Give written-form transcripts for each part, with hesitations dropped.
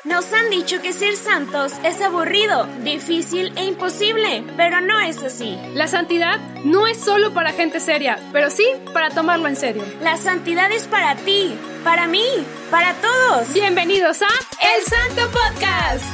Nos han dicho que ser santos es aburrido, difícil e imposible, pero no es así. La santidad no es solo para gente seria, pero sí para tomarlo en serio. La santidad es para ti, para mí, para todos. Bienvenidos a El Santo Podcast.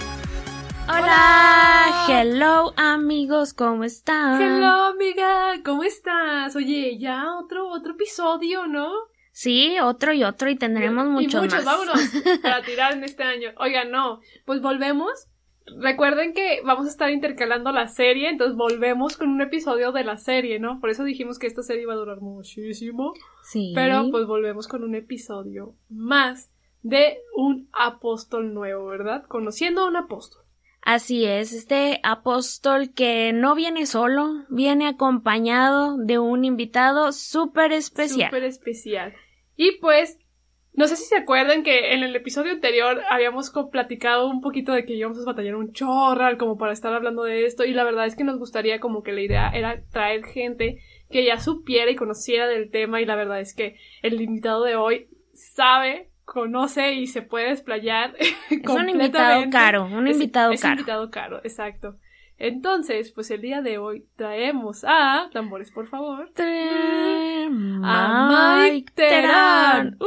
Hola, hello amigos, ¿cómo están? Hello amiga, ¿cómo estás? Oye, ya otro episodio, ¿no? Sí, otro y tendremos muchos más. Vámonos, para tirar en este año. Oigan, no, pues volvemos. Recuerden que vamos a estar intercalando la serie, entonces volvemos con un episodio de la serie, ¿no? Por eso dijimos que esta serie iba a durar muchísimo. Sí. Pero pues volvemos con un episodio más de un apóstol nuevo, ¿verdad? Conociendo a un apóstol. Así es, este apóstol que no viene solo, viene acompañado de un invitado súper especial. Súper especial. Y pues, no sé si se acuerdan que en el episodio anterior habíamos platicado un poquito de que íbamos a batallar un chorral como para estar hablando de esto, y la verdad es que nos gustaría como que la idea era traer gente que ya supiera y conociera del tema, y la verdad es que el invitado de hoy sabe, conoce y se puede desplayar completamente. Es un invitado caro, Es invitado caro, exacto. Entonces, pues el día de hoy traemos a... tambores, por favor. A Mike Terán.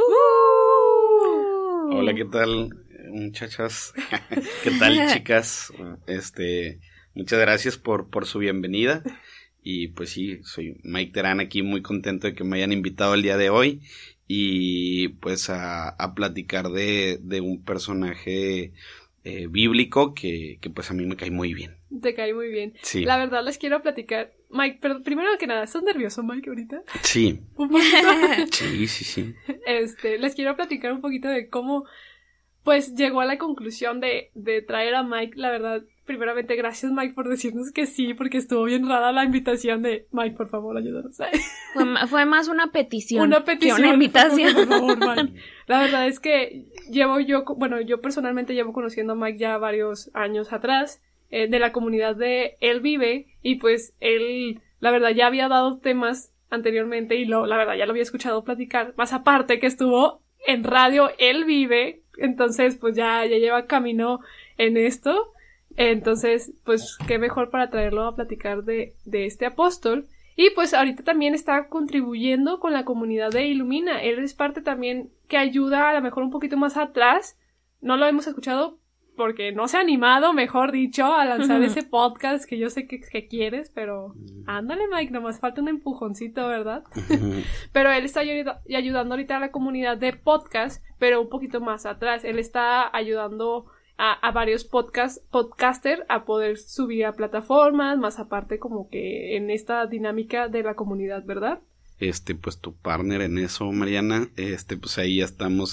Hola, ¿qué tal, muchachas? ¿Qué tal, chicas? Muchas gracias por su bienvenida. Y pues sí, soy Mike Terán aquí, muy contento de que me hayan invitado el día de hoy. Y pues a platicar de un personaje bíblico que pues a mí me cae muy bien. Te cae muy bien. Sí. La verdad les quiero platicar. Mike, pero primero que nada, ¿estás nervioso, Mike, ahorita? Sí. ¿Un poquito? Sí. Les quiero platicar un poquito de cómo pues llegó a la conclusión de traer a Mike. La verdad, primeramente, gracias Mike por decirnos que sí, porque estuvo bien rara la invitación de Mike, por favor, ayúdanos. Fue más una petición. Una petición. Que una invitación. Por favor, Mike. La verdad es que yo personalmente llevo conociendo a Mike ya varios años atrás, de la comunidad de Él Vive, y pues él, la verdad, ya había dado temas anteriormente y la verdad ya lo había escuchado platicar, más aparte que estuvo en radio Él Vive, entonces pues ya lleva camino en esto. Entonces, pues, qué mejor para traerlo a platicar de este apóstol. Y pues ahorita también está contribuyendo con la comunidad de Ilumina. Él es parte también que ayuda a lo mejor un poquito más atrás. No lo hemos escuchado porque no se ha animado, mejor dicho, a lanzar ese podcast que yo sé que quieres, pero ándale, Mike, nomás falta un empujoncito, ¿verdad? Pero él está ayudando ahorita a la comunidad de podcast, pero un poquito más atrás. Él está ayudando a varios podcaster a poder subir a plataformas, más aparte como que en esta dinámica de la comunidad, ¿verdad? Pues tu partner en eso, Mariana, pues ahí ya estamos,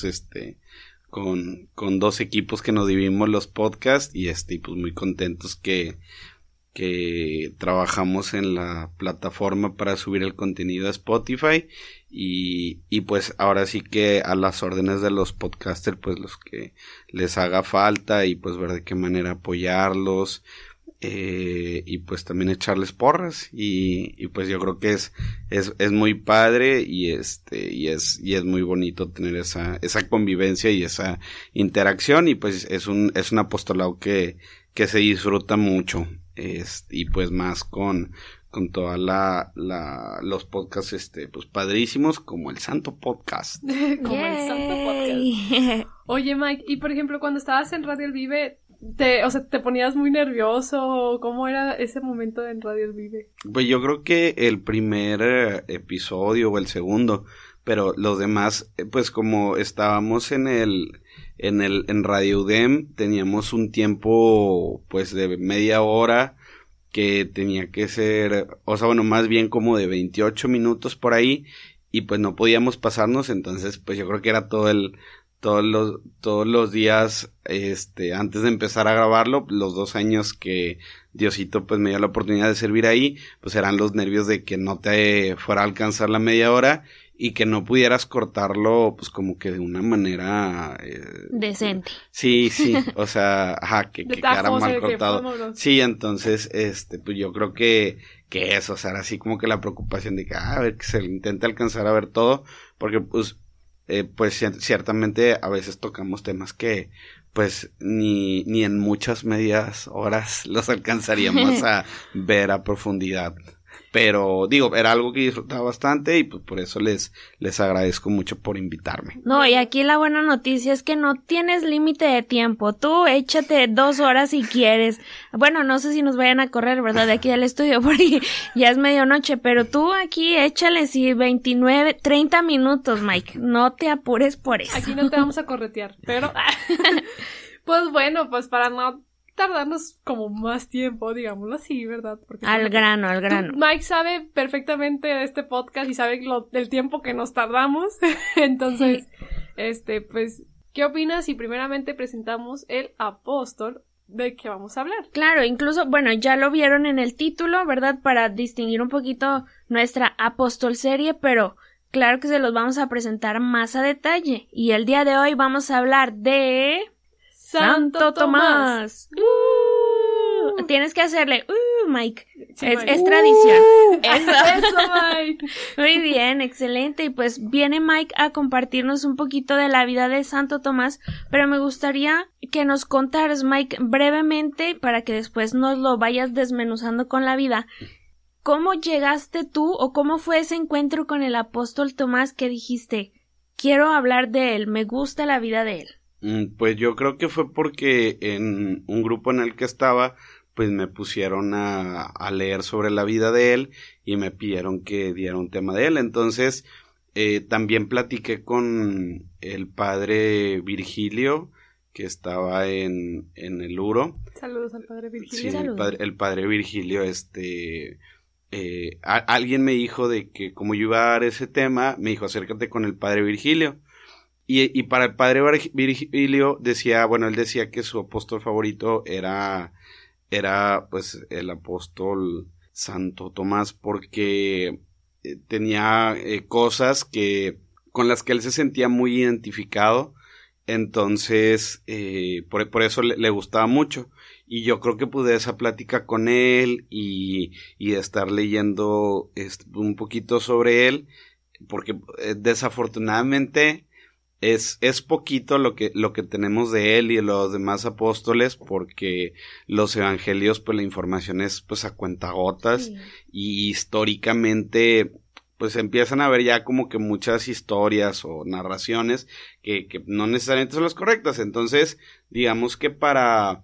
con dos equipos que nos dividimos los podcasts y pues muy contentos que trabajamos en la plataforma para subir el contenido a Spotify y pues ahora sí que a las órdenes de los podcasters, pues los que les haga falta y pues ver de qué manera apoyarlos y pues también echarles porras y pues yo creo que es muy padre y es muy bonito tener esa convivencia y esa interacción y pues es un apostolado que se disfruta mucho. Y pues más con toda los podcasts pues padrísimos como el Santo Podcast. Como el Santo Podcast. Oye, Mike, y por ejemplo, cuando estabas en Radio El Vive, ¿te ponías muy nervioso? ¿Cómo era ese momento en Radio El Vive? Pues yo creo que el primer episodio o el segundo, pero los demás, pues como estábamos en Radio UDEM, teníamos un tiempo pues de media hora que tenía que ser, más bien como de 28 minutos por ahí, y pues no podíamos pasarnos, entonces pues yo creo que era todos los días, antes de empezar a grabarlo, los 2 años que Diosito pues me dio la oportunidad de servir ahí, pues eran los nervios de que no te fuera a alcanzar la media hora, y que no pudieras cortarlo, pues como que de una manera... decente. Sí, o sea, que quedara mal cortado. Sí, entonces, pues yo creo que eso, o sea, era así como que la preocupación de que, a ver, que se intente alcanzar a ver todo, porque pues pues ciertamente a veces tocamos temas que pues ni en muchas medias horas los alcanzaríamos a ver a profundidad. Pero digo, era algo que disfrutaba bastante y pues por eso les agradezco mucho por invitarme. No, y aquí la buena noticia es que no tienes límite de tiempo. Tú échate 2 horas si quieres. Bueno, no sé si nos vayan a correr, ¿verdad? De aquí del estudio porque ya es medianoche, pero tú aquí échale 29, 30 minutos, Mike. No te apures por eso. Aquí no te vamos a corretear, pero pues bueno, pues para no tardarnos como más tiempo, digámoslo así, ¿verdad? Porque al grano. Mike sabe perfectamente de este podcast y sabe del tiempo que nos tardamos. Entonces, pues, ¿qué opinas si primeramente presentamos el apóstol de que vamos a hablar? Claro, incluso, bueno, ya lo vieron en el título, ¿verdad? Para distinguir un poquito nuestra apóstol serie, pero claro que se los vamos a presentar más a detalle. Y el día de hoy vamos a hablar de Santo Tomás. Tienes que hacerle Mike. Sí, es Mike. Tradición. Eso, Mike. Muy bien, excelente. Y pues viene Mike a compartirnos un poquito de la vida de Santo Tomás, pero me gustaría que nos contaras, Mike, brevemente, para que después nos lo vayas desmenuzando con la vida. ¿Cómo llegaste tú o cómo fue ese encuentro con el apóstol Tomás que dijiste, quiero hablar de él, me gusta la vida de él? Pues yo creo que fue porque en un grupo en el que estaba, pues me pusieron a leer sobre la vida de él y me pidieron que diera un tema de él. Entonces, también platiqué con el padre Virgilio, que estaba en el URO. Saludos al padre Virgilio. Sí, el padre Virgilio, alguien me dijo de que como yo iba a dar ese tema, me dijo, acércate con el padre Virgilio. Y para el padre Virgilio él decía que su apóstol favorito era pues el apóstol Santo Tomás, porque tenía cosas con las que él se sentía muy identificado. Entonces, por eso le gustaba mucho. Y yo creo que pude esa plática con él y estar leyendo un poquito sobre él, porque desafortunadamente es poquito lo que tenemos de él y de los demás apóstoles, porque los evangelios, pues la información es pues a cuentagotas. Sí. Y históricamente pues empiezan a haber ya como que muchas historias o narraciones que no necesariamente son las correctas. Entonces, digamos que para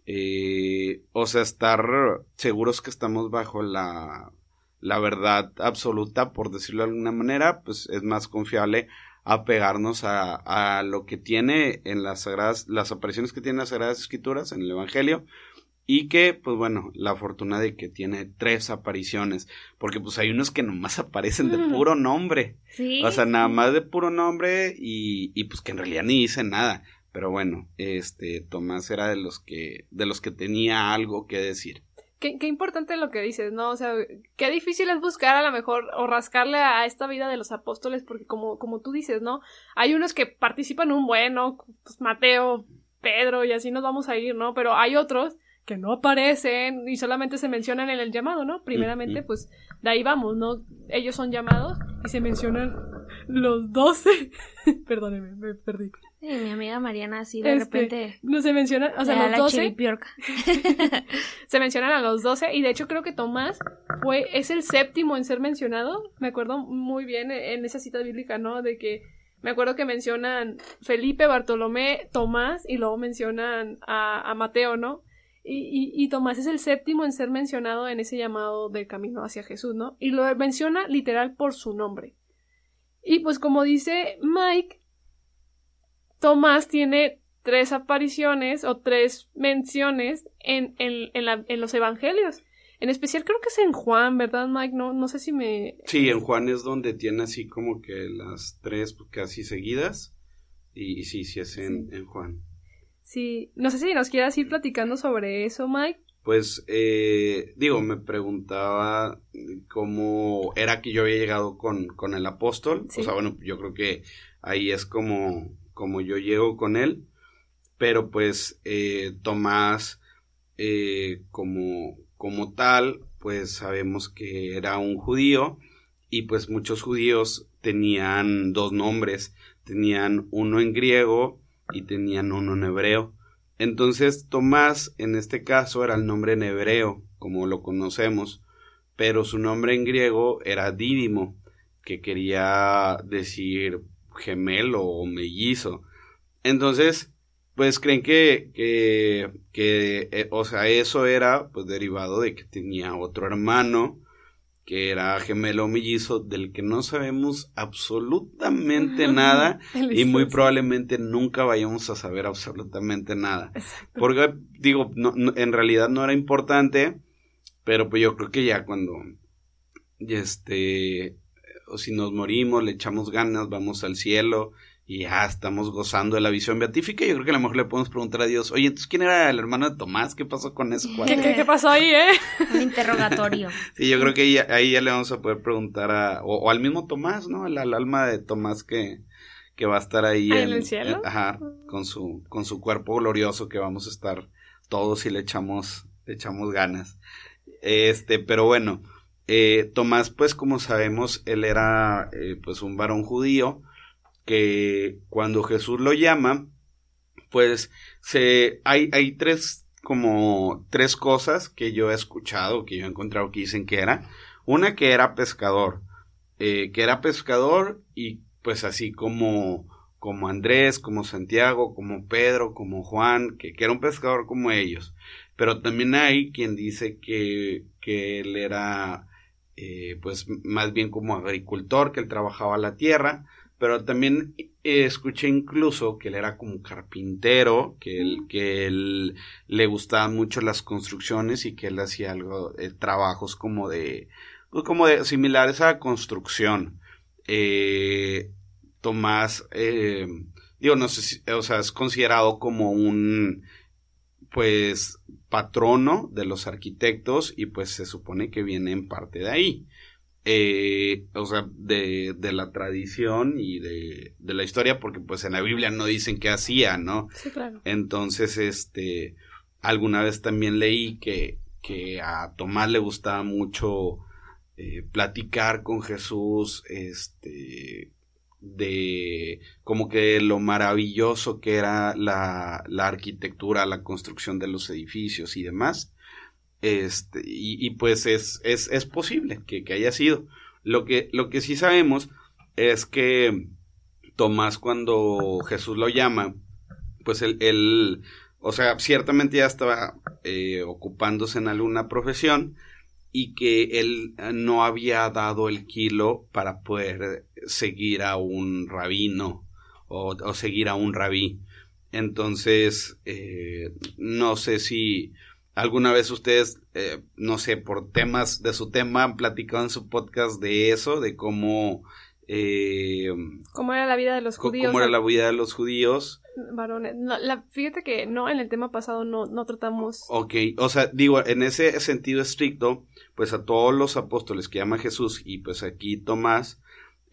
estar seguros que estamos bajo la verdad absoluta, por decirlo de alguna manera, pues es más confiable apegarnos a lo que tiene en las apariciones que tiene en las Sagradas Escrituras, en el Evangelio, y que, pues bueno, la fortuna de que tiene 3 apariciones, porque pues hay unos que nomás aparecen de puro nombre, ¿sí? O sea, nada más de puro nombre y pues que en realidad ni dicen nada, pero bueno, Tomás era de los que tenía algo que decir. Qué importante lo que dices, ¿no? O sea, qué difícil es buscar a lo mejor o rascarle a esta vida de los apóstoles, porque como tú dices, ¿no? Hay unos que participan un buen, ¿no? Pues Mateo, Pedro y así nos vamos a ir, ¿no? Pero hay otros que no aparecen y solamente se mencionan en el llamado, ¿no? Primeramente, pues de ahí vamos, ¿no? Ellos son llamados y se mencionan los 12. Perdóneme, me perdí. Sí, mi amiga Mariana así de repente no se mencionan, o sea, los 12 se mencionan a los 12 y de hecho creo que Tomás es el 7º en ser mencionado. Me acuerdo muy bien en esa cita bíblica, ¿no? De que me acuerdo que mencionan Felipe, Bartolomé, Tomás y luego mencionan a Mateo, ¿no? Y Tomás es el 7º en ser mencionado en ese llamado del camino hacia Jesús, ¿no? Y lo menciona literal por su nombre. Y pues como dice Mike, Tomás tiene 3 apariciones o 3 menciones en los evangelios. En especial creo que es en Juan, ¿verdad, Mike? No sé si me... Sí, en Juan es donde tiene así como que las 3 casi seguidas. Y sí es en Juan. Sí, no sé si nos quieras ir platicando sobre eso, Mike. Pues, me preguntaba cómo era que yo había llegado con el apóstol. Sí. O sea, bueno, yo creo que ahí es como yo llego con él, pero pues Tomás como tal, pues sabemos que era un judío y pues muchos judíos tenían 2 nombres tenían uno en griego y tenían uno en hebreo. Entonces Tomás en este caso era el nombre en hebreo, como lo conocemos, pero su nombre en griego era Dídimo, que quería decir gemelo o mellizo. Entonces, pues creen que o sea, eso era pues derivado de que tenía otro hermano que era gemelo o mellizo, del que no sabemos absolutamente nada y muy probablemente nunca vayamos a saber absolutamente nada. Exacto. Porque, digo, no, en realidad no era importante, pero pues yo creo que ya cuando, o si nos morimos, le echamos ganas, vamos al cielo y ya estamos gozando de la visión beatífica, yo creo que a lo mejor le podemos preguntar a Dios, oye, entonces, ¿quién era el hermano de Tomás? ¿Qué pasó con eso? ¿Qué pasó ahí, Un interrogatorio. Sí, yo creo que ahí ya le vamos a poder preguntar o al mismo Tomás, ¿no? Al alma de Tomás que va a estar ahí en el cielo. Ajá, con su cuerpo glorioso que vamos a estar todos y le echamos ganas. Pero bueno, Tomás, pues como sabemos, él era pues un varón judío que cuando Jesús lo llama, pues hay tres cosas que yo he escuchado, que yo he encontrado que dicen que era. Una, que era pescador, y pues así como Andrés, como Santiago, como Pedro, como Juan, que era un pescador como ellos. Pero también hay quien dice que él era pues más bien como agricultor, que él trabajaba la tierra. Pero también escuché incluso que él era como carpintero, que él le gustaban mucho las construcciones y que él hacía trabajos como de similares a la construcción. Tomás, no sé si, o sea, es considerado como un, pues, patrono de los arquitectos y pues se supone que viene en parte de ahí. O sea, de la tradición y de la historia, porque pues en la Biblia no dicen qué hacía, ¿no? Sí, claro. Entonces, alguna vez también leí que a Tomás le gustaba mucho platicar con Jesús, de como que lo maravilloso que era la arquitectura, la construcción de los edificios y demás. Y pues es posible que haya sido. Lo que sí sabemos es que Tomás, cuando Jesús lo llama, pues él o sea, ciertamente ya estaba ocupándose en alguna profesión y que él no había dado el kilo para poder seguir a un rabino o seguir a un rabí. Entonces, no sé si alguna vez ustedes, no sé, por temas de su tema, han platicado en su podcast de eso, de cómo... ¿Cómo era la vida de los judíos? ¿Cómo era la vida de los judíos? Varones. No, fíjate que no, en el tema pasado no tratamos... Ok, o sea, digo, en ese sentido estricto, pues a todos los apóstoles que llama Jesús, y pues aquí Tomás,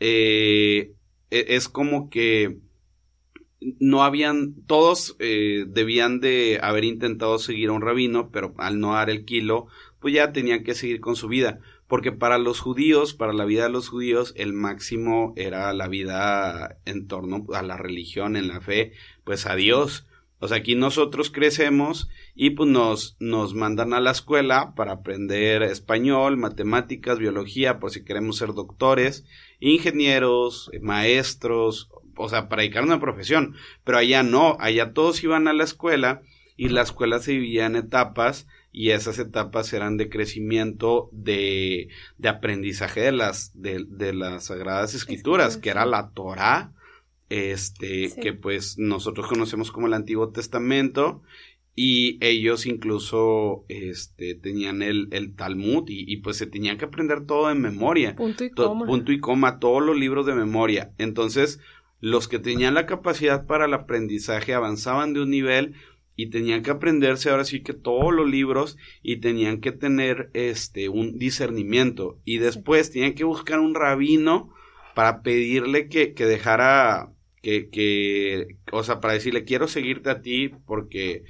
es como que no habían, todos debían de haber intentado seguir a un rabino, pero al no dar el kilo, pues ya tenían que seguir con su vida, porque para los judíos, para la vida de los judíos, el máximo era la vida en torno a la religión, en la fe, pues a Dios. O sea, aquí nosotros crecemos y pues nos mandan a la escuela para aprender español, matemáticas, biología, por si queremos ser doctores, ingenieros, maestros, o sea, para dedicar una profesión. Pero allá no, allá todos iban a la escuela y la escuela se dividía en etapas y esas etapas eran de crecimiento, de aprendizaje de las Sagradas Escrituras, que era la Torá, sí, que pues nosotros conocemos como el Antiguo Testamento, y ellos incluso tenían el Talmud y pues se tenían que aprender todo de memoria. Punto y coma, todos los libros de memoria. Entonces, los que tenían la capacidad para el aprendizaje avanzaban de un nivel y tenían que aprenderse ahora sí que todos los libros y tenían que tener un discernimiento y después sí, tenían que buscar un rabino para pedirle que dejara o sea, para decirle quiero seguirte a ti porque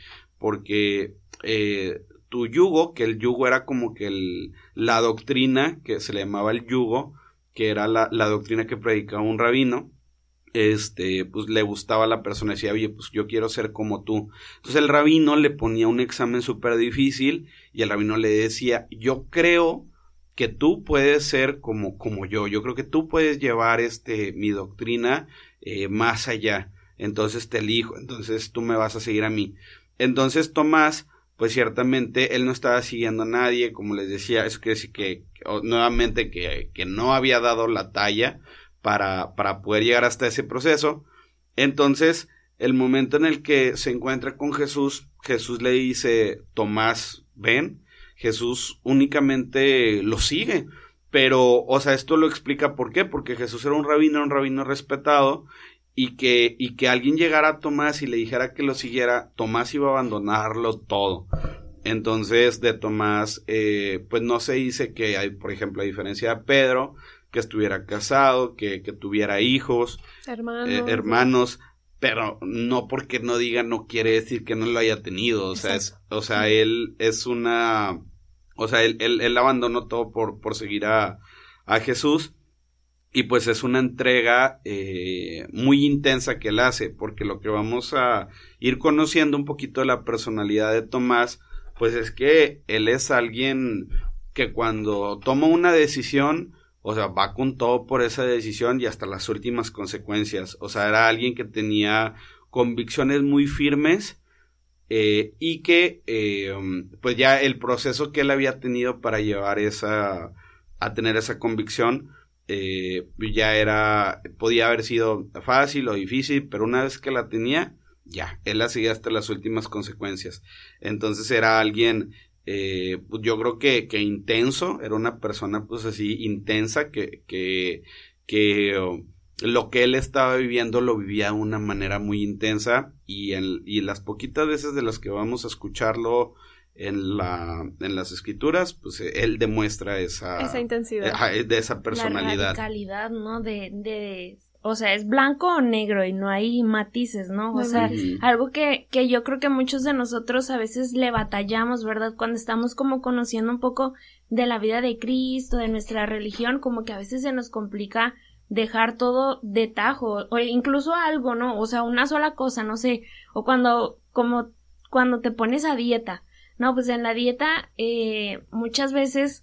tu yugo, que el yugo era como que la doctrina que se le llamaba el yugo, que era la doctrina que predicaba un rabino. pues le gustaba la persona, decía, oye, pues yo quiero ser como tú. Entonces el rabino le ponía un examen súper difícil y el rabino le decía, yo creo que tú puedes ser como yo creo que tú puedes llevar mi doctrina más allá, entonces te elijo, entonces tú me vas a seguir a mí. Entonces Tomás, pues ciertamente él no estaba siguiendo a nadie, como les decía, eso quiere decir que nuevamente que no había dado la talla para poder llegar hasta ese proceso. Entonces, el momento en el que se encuentra con Jesús, Jesús le dice, Tomás, ven. Jesús únicamente lo sigue, pero, o sea, esto lo explica por qué, porque Jesús era un rabino respetado, y que alguien llegara a Tomás y le dijera que lo siguiera, Tomás iba a abandonarlo todo. Entonces, de Tomás, pues no se dice que hay, por ejemplo, a diferencia de Pedro, que estuviera casado, que tuviera hijos, hermanos, pero no porque no diga no quiere decir que no lo haya tenido, o sea, él es una, o sea, él abandonó todo por seguir a Jesús, y pues es una entrega muy intensa que él hace, porque lo que vamos a ir conociendo un poquito de la personalidad de Tomás, pues es que él es alguien que cuando toma una decisión, o sea, va con todo por esa decisión y hasta las últimas consecuencias. O sea, era alguien que tenía convicciones muy firmes y que, pues ya el proceso que él había tenido para llevar a tener esa convicción, podía haber sido fácil o difícil, pero una vez que la tenía, ya, él la seguía hasta las últimas consecuencias. Entonces era alguien, pues yo creo que intenso, era una persona pues así intensa que lo que él estaba viviendo lo vivía de una manera muy intensa, y las poquitas veces de las que vamos a escucharlo en las escrituras, pues él demuestra esa intensidad, de esa personalidad, la radicalidad, ¿no? O sea, es blanco o negro y no hay matices, ¿no? O sea, algo que yo creo que muchos de nosotros a veces le batallamos, ¿verdad? Cuando estamos como conociendo un poco de la vida de Cristo, de nuestra religión, como que a veces se nos complica dejar todo de tajo, o incluso algo, ¿no? O sea, una sola cosa, no sé, o cuando te pones a dieta, no, pues en la dieta, muchas veces,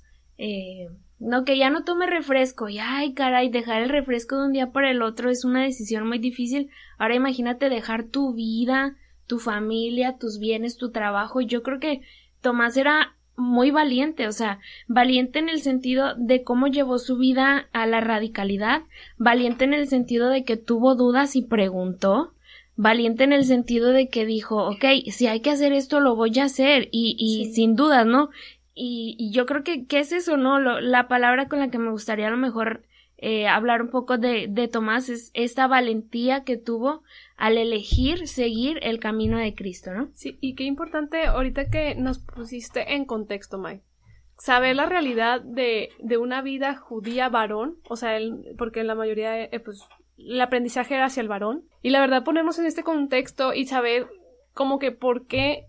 no, que ya no tome refresco, y ay, caray, dejar el refresco de un día para el otro es una decisión muy difícil. Ahora imagínate dejar tu vida, tu familia, tus bienes, tu trabajo. Yo creo que Tomás era muy valiente, o sea, valiente en el sentido de cómo llevó su vida a la radicalidad, valiente en el sentido de que tuvo dudas y preguntó, valiente en el sentido de que dijo, okay, si hay que hacer esto, lo voy a hacer, y sin dudas, ¿no? Y yo creo que es eso, ¿no? La palabra con la que me gustaría a lo mejor hablar un poco de Tomás es esta valentía que tuvo al elegir seguir el camino de Cristo, ¿no? Sí, y qué importante ahorita que nos pusiste en contexto, Mike. Saber la realidad de una vida judía varón, o sea, porque en la mayoría, pues, el aprendizaje era hacia el varón, y la verdad ponernos en este contexto y saber como que por qué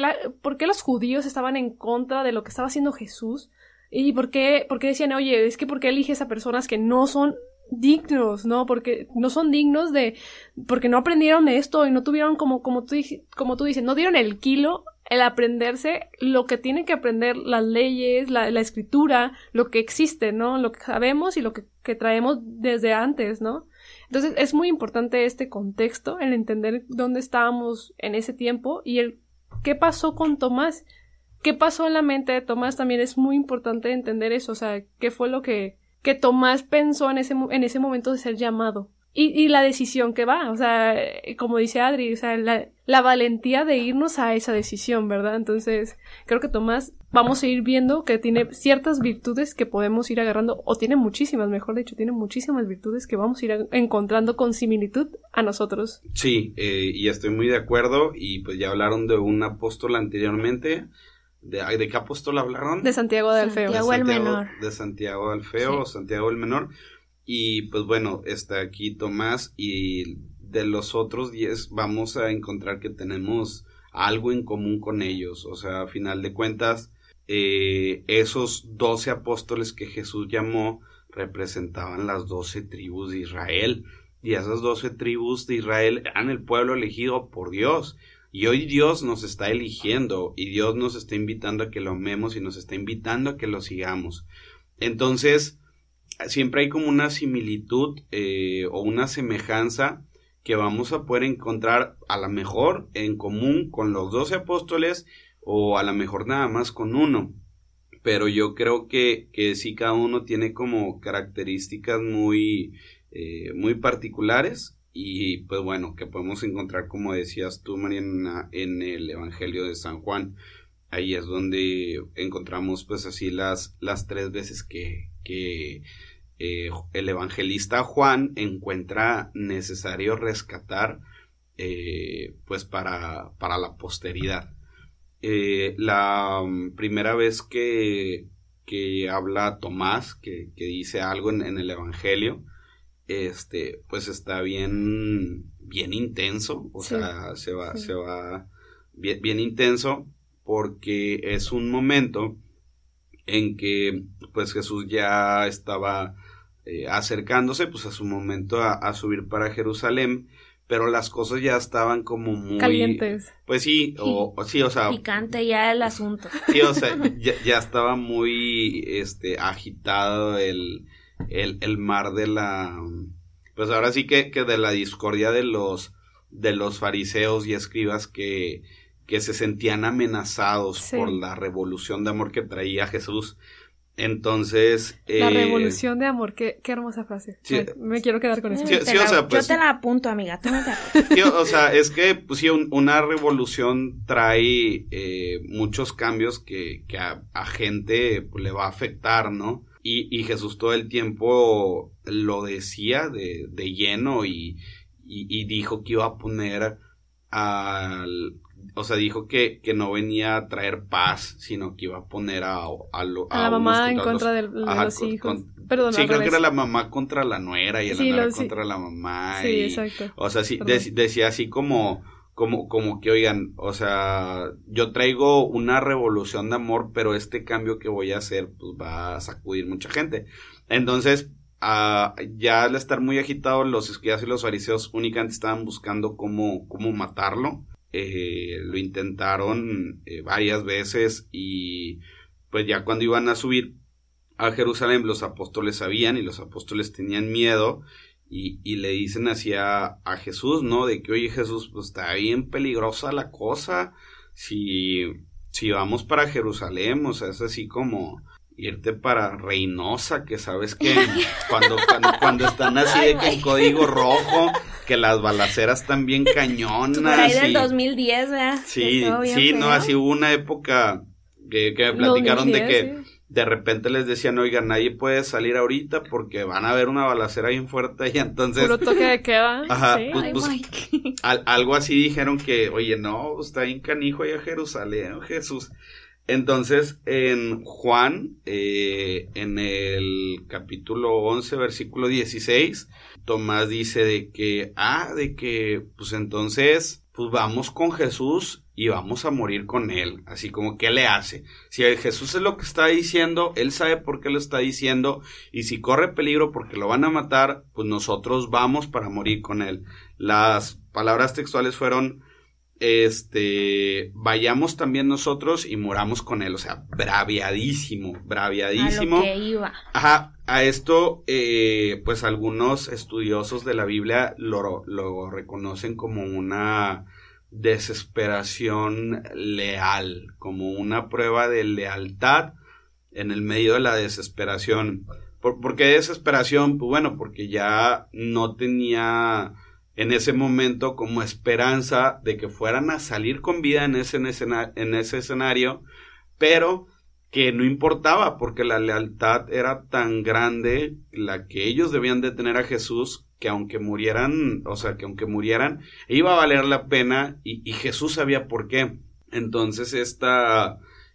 los judíos estaban en contra de lo que estaba haciendo Jesús, y por qué decían, oye, es que por qué eliges a personas que no son dignos, ¿no? Porque no son dignos porque no aprendieron esto y no tuvieron como tú dices, no dieron el kilo, el aprenderse lo que tienen que aprender, las leyes, la escritura, lo que existe, ¿no? Lo que sabemos y lo que traemos desde antes, ¿no? Entonces es muy importante este contexto, el entender dónde estábamos en ese tiempo y qué pasó con Tomás, qué pasó en la mente de Tomás. También es muy importante entender eso, o sea, qué fue lo que Tomás pensó en ese momento de ser llamado. Y la decisión que va, o sea, como dice Adri, o sea, la valentía de irnos a esa decisión, ¿verdad? Entonces, creo que Tomás vamos a ir viendo que tiene ciertas virtudes que podemos ir agarrando, o tiene muchísimas, mejor dicho, tiene muchísimas virtudes que vamos a ir encontrando con similitud a nosotros. Sí, y estoy muy de acuerdo, y pues ya hablaron de un apóstol anteriormente. ¿De qué apóstol hablaron? De Santiago de Alfeo. Santiago el Menor. De Santiago de Alfeo, sí. O Santiago el Menor. Y pues bueno, está aquí Tomás, y de los otros 10 vamos a encontrar que tenemos algo en común con ellos. O sea, a final de cuentas, esos 12 apóstoles que Jesús llamó representaban las 12 tribus de Israel. y esas 12 tribus de Israel eran el pueblo elegido por Dios. Y hoy Dios nos está eligiendo y Dios nos está invitando a que lo amemos y nos está invitando a que lo sigamos. Entonces, siempre hay como una similitud o una semejanza que vamos a poder encontrar a lo mejor en común con los 12 apóstoles o a lo mejor nada más con uno. Pero yo creo que sí cada uno tiene como características muy particulares y pues bueno, que podemos encontrar, como decías tú, Mariana, en el Evangelio de San Juan. Ahí es donde encontramos pues así las 3 veces que el evangelista Juan encuentra necesario rescatar pues para la posteridad. La primera vez que habla Tomás, que dice algo en el evangelio, pues está bien intenso, o sea, se va bien intenso, porque es un momento en que pues Jesús ya estaba acercándose pues a su momento a subir para Jerusalén, pero las cosas ya estaban como muy calientes. Pues sí, o sea, picante ya el asunto. Sí, o sea, ya estaba muy agitado el mar de la, pues ahora sí que de la discordia de los fariseos y escribas que se sentían amenazados por la revolución de amor que traía Jesús. Entonces... La revolución de amor, qué hermosa frase. Sí, me quiero quedar con eso. Sí, o sea, pues, yo te la apunto, amiga. Sí, o sea, es que pues sí, una revolución trae muchos cambios que a gente pues, le va a afectar, ¿no? Y Jesús todo el tiempo lo decía de lleno y dijo que iba a poner o sea, dijo que no venía a traer paz, sino que iba a poner a la mamá en contra de los hijos. Perdón, sí, creo que era la mamá contra la nuera y la nuera contra la mamá. Sí, exacto. O sea, sí, decía así como que, oigan, o sea, yo traigo una revolución de amor, pero este cambio que voy a hacer, pues va a sacudir mucha gente. Entonces, ya al estar muy agitados, los escribas y los fariseos únicamente estaban buscando cómo matarlo. Lo intentaron varias veces y pues ya cuando iban a subir a Jerusalén los apóstoles sabían y los apóstoles tenían miedo y le dicen así a Jesús, ¿no? De que, oye, Jesús, pues está bien peligrosa la cosa, si vamos para Jerusalén, o sea, es así como irte para Reynosa, que sabes que cuando están así de que en código rojo, que las balaceras están bien cañonas. Por ahí del 2010, ¿verdad? Sí, no, así hubo una época que me platicaron 2010, de que de repente les decían, oiga, nadie puede salir ahorita porque van a ver una balacera bien fuerte y entonces... Puro toque de queda. Ajá, sí. Algo así dijeron que, oye, no, está bien canijo allá a Jerusalén, Jesús. Entonces, en Juan, en el capítulo 11, versículo 16, Tomás dice de que, pues entonces, pues vamos con Jesús y vamos a morir con él. Así como, ¿qué le hace? Si Jesús es lo que está diciendo, él sabe por qué lo está diciendo, y si corre peligro porque lo van a matar, pues nosotros vamos para morir con él. Las palabras textuales fueron... vayamos también nosotros y moramos con él, o sea, braviadísimo. A lo que iba. Ajá, a esto, pues algunos estudiosos de la Biblia lo reconocen como una desesperación leal, como una prueba de lealtad en el medio de la desesperación. ¿Por qué desesperación? Pues bueno, porque ya no tenía... en ese momento como esperanza de que fueran a salir con vida en ese escenario, pero que no importaba porque la lealtad era tan grande la que ellos debían de tener a Jesús, que aunque murieran, iba a valer la pena y Jesús sabía por qué. Entonces esta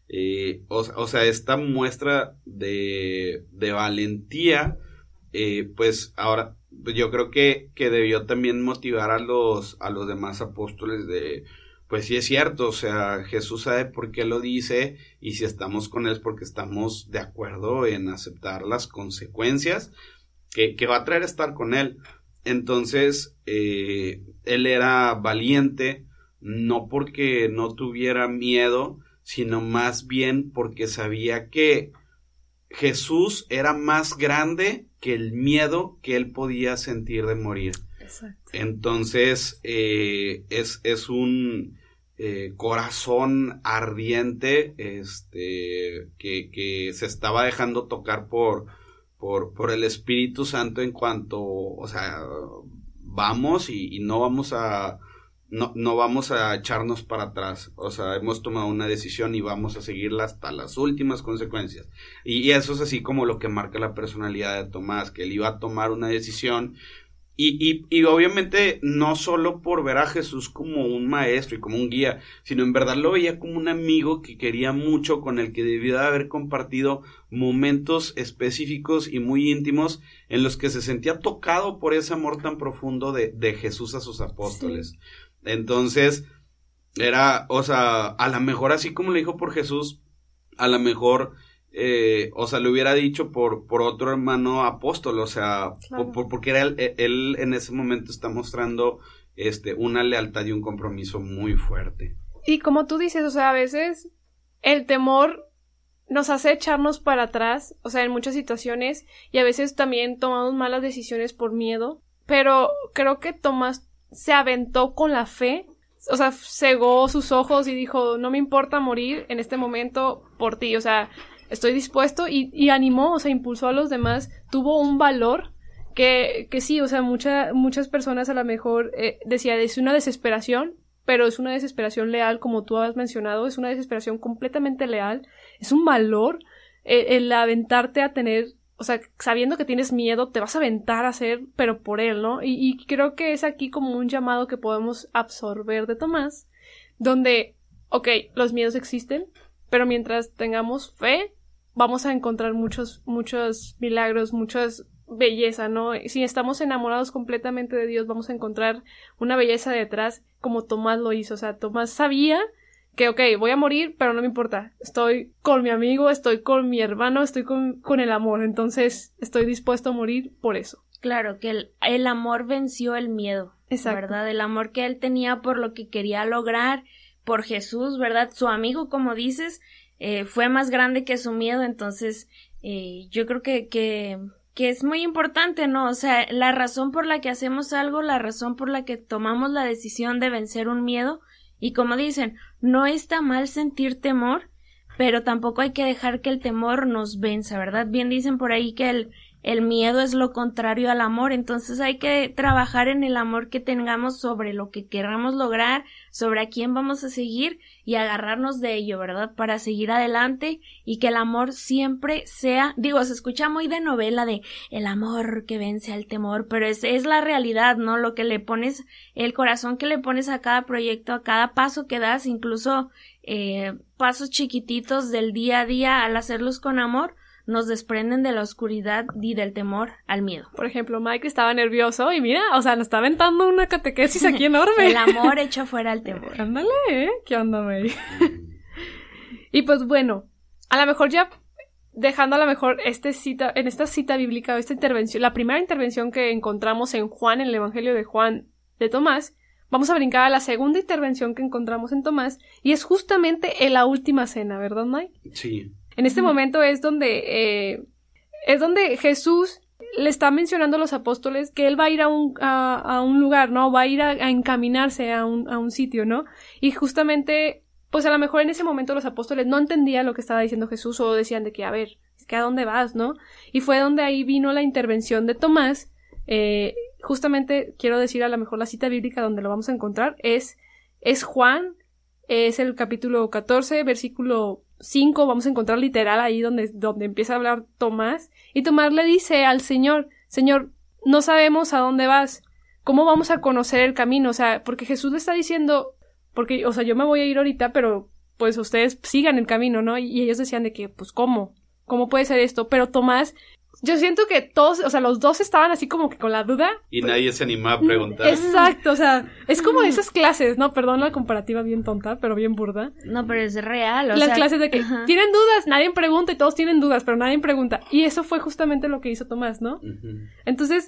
muestra de valentía, pues ahora yo creo que debió también motivar a los demás apóstoles de, pues sí es cierto, o sea, Jesús sabe por qué lo dice, y si estamos con él es porque estamos de acuerdo en aceptar las consecuencias que va a traer estar con él. Entonces, él era valiente, no porque no tuviera miedo, sino más bien porque sabía que Jesús era más grande que el miedo que él podía sentir de morir. Exacto. Entonces, es un corazón ardiente, que se estaba dejando tocar por el Espíritu Santo en cuanto, o sea, vamos y no vamos a echarnos para atrás. O sea, hemos tomado una decisión y vamos a seguirla hasta las últimas consecuencias. Y eso es así como lo que marca la personalidad de Tomás, que él iba a tomar una decisión. Y obviamente no solo por ver a Jesús como un maestro y como un guía, sino en verdad lo veía como un amigo que quería mucho, con el que debía de haber compartido momentos específicos y muy íntimos en los que se sentía tocado por ese amor tan profundo de Jesús a sus apóstoles. Sí. Entonces, era, o sea, a lo mejor así como le dijo por Jesús, a lo mejor... o sea, le hubiera dicho por otro hermano apóstol, o sea, claro. Porque era él en ese momento está mostrando una lealtad y un compromiso muy fuerte. Y como tú dices, o sea, a veces el temor nos hace echarnos para atrás, o sea, en muchas situaciones, y a veces también tomamos malas decisiones por miedo, pero creo que Tomás se aventó con la fe. O sea, cegó sus ojos y dijo, no me importa morir en este momento por ti, o sea, estoy dispuesto, y animó, o sea, impulsó a los demás, tuvo un valor que sí, o sea, muchas personas a lo mejor decían, es una desesperación, pero es una desesperación leal, como tú has mencionado, es una desesperación completamente leal, es un valor el aventarte a tener, o sea, sabiendo que tienes miedo, te vas a aventar a hacer, pero por él, ¿no? Y creo que es aquí como un llamado que podemos absorber de Tomás, donde, ok, los miedos existen, pero mientras tengamos fe, vamos a encontrar muchos milagros, muchas belleza, ¿no? Si estamos enamorados completamente de Dios, vamos a encontrar una belleza detrás, como Tomás lo hizo. O sea, Tomás sabía que, ok, voy a morir, pero no me importa. Estoy con mi amigo, estoy con mi hermano, estoy con el amor. Entonces, estoy dispuesto a morir por eso. Claro, que el amor venció el miedo. Exacto. ¿Verdad? El amor que él tenía por lo que quería lograr, por Jesús, ¿verdad? Su amigo, como dices, fue más grande que su miedo. Entonces, yo creo que es muy importante, ¿no? O sea, la razón por la que hacemos algo, la razón por la que tomamos la decisión de vencer un miedo, y como dicen, no está mal sentir temor, pero tampoco hay que dejar que el temor nos venza, ¿verdad? Bien dicen por ahí que el miedo es lo contrario al amor, entonces hay que trabajar en el amor que tengamos sobre lo que queramos lograr, sobre a quién vamos a seguir y agarrarnos de ello, ¿verdad? Para seguir adelante y que el amor siempre sea, digo, se escucha muy de novela de el amor que vence al temor, pero es la realidad, ¿no? Lo que le pones, el corazón que le pones a cada proyecto, a cada paso que das, incluso pasos chiquititos del día a día, al hacerlos con amor, nos desprenden de la oscuridad y del temor al miedo. Por ejemplo, Mike estaba nervioso y mira, o sea, nos está aventando una catequesis aquí enorme. El amor echa fuera el temor. Ándale, ¿qué onda, May? Y pues bueno, a lo mejor ya dejando a lo mejor en esta cita bíblica, esta intervención, la primera intervención que encontramos en Juan, en el Evangelio de Juan de Tomás, vamos a brincar a la segunda intervención que encontramos en Tomás, y es justamente en la última cena, ¿verdad, Mike? Sí. En este momento es donde Jesús le está mencionando a los apóstoles que él va a ir a un lugar, ¿no? Va a ir a encaminarse a un sitio, ¿no? Y justamente, pues a lo mejor en ese momento los apóstoles no entendían lo que estaba diciendo Jesús, o decían de que, a ver, es que ¿a dónde vas, no? Y fue donde ahí vino la intervención de Tomás. Justamente quiero decir a lo mejor la cita bíblica donde lo vamos a encontrar es Juan, es el capítulo 14, versículo 5, vamos a encontrar literal ahí donde empieza a hablar Tomás, y Tomás le dice al Señor, no sabemos a dónde vas, ¿cómo vamos a conocer el camino? O sea, porque Jesús le está diciendo, porque, o sea, yo me voy a ir ahorita, pero pues ustedes sigan el camino, ¿no? Y ellos decían de que, pues, ¿cómo puede ser esto? Pero Tomás, yo siento que todos, o sea, los dos estaban así como que con la duda. Y nadie se animaba a preguntar. Exacto, o sea, es como esas clases, ¿no? Perdón la comparativa bien tonta, pero bien burda. No, pero es real, Las clases de que tienen dudas, nadie pregunta, y todos tienen dudas, pero nadie pregunta. Y eso fue justamente lo que hizo Tomás, ¿no? Uh-huh. Entonces,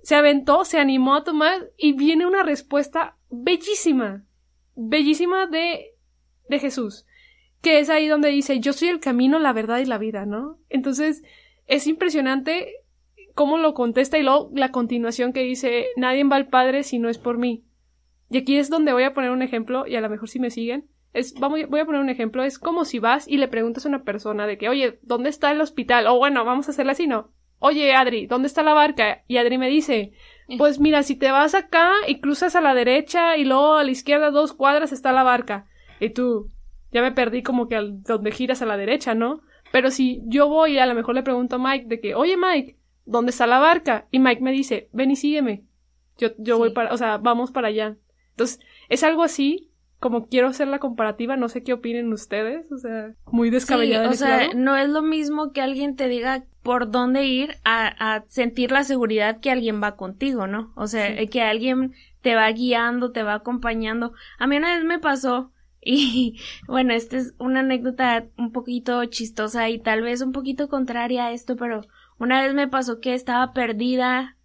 se aventó, se animó a tomar y viene una respuesta bellísima, bellísima de Jesús, que es ahí donde dice, yo soy el camino, la verdad y la vida, ¿no? Entonces, es impresionante cómo lo contesta y luego la continuación que dice, nadie va al Padre si no es por mí. Y aquí es donde voy a poner un ejemplo, y a lo mejor si me siguen, voy a poner un ejemplo, es como si vas y le preguntas a una persona de que, oye, ¿dónde está el hospital? O bueno, vamos a hacerla así, ¿no? Oye, Adri, ¿dónde está la barca? Y Adri me dice, pues mira, si te vas acá y cruzas a la derecha y luego a la izquierda 2 cuadras está la barca. Y tú, ya me perdí como que donde giras a la derecha, ¿no? Pero si yo voy y a lo mejor le pregunto a Mike de que, oye Mike, ¿dónde está la barca? Y Mike me dice, ven y sígueme. Yo voy vamos para allá. Entonces, es algo así, como quiero hacer la comparativa, no sé qué opinen ustedes, o sea, muy descabellada. Sí, o sea, no es lo mismo que alguien te diga por dónde ir a sentir la seguridad que alguien va contigo, ¿no? O sea, que alguien te va guiando, te va acompañando. A mí una vez me pasó, y bueno, esta es una anécdota un poquito chistosa y tal vez un poquito contraria a esto, pero una vez me pasó que estaba perdida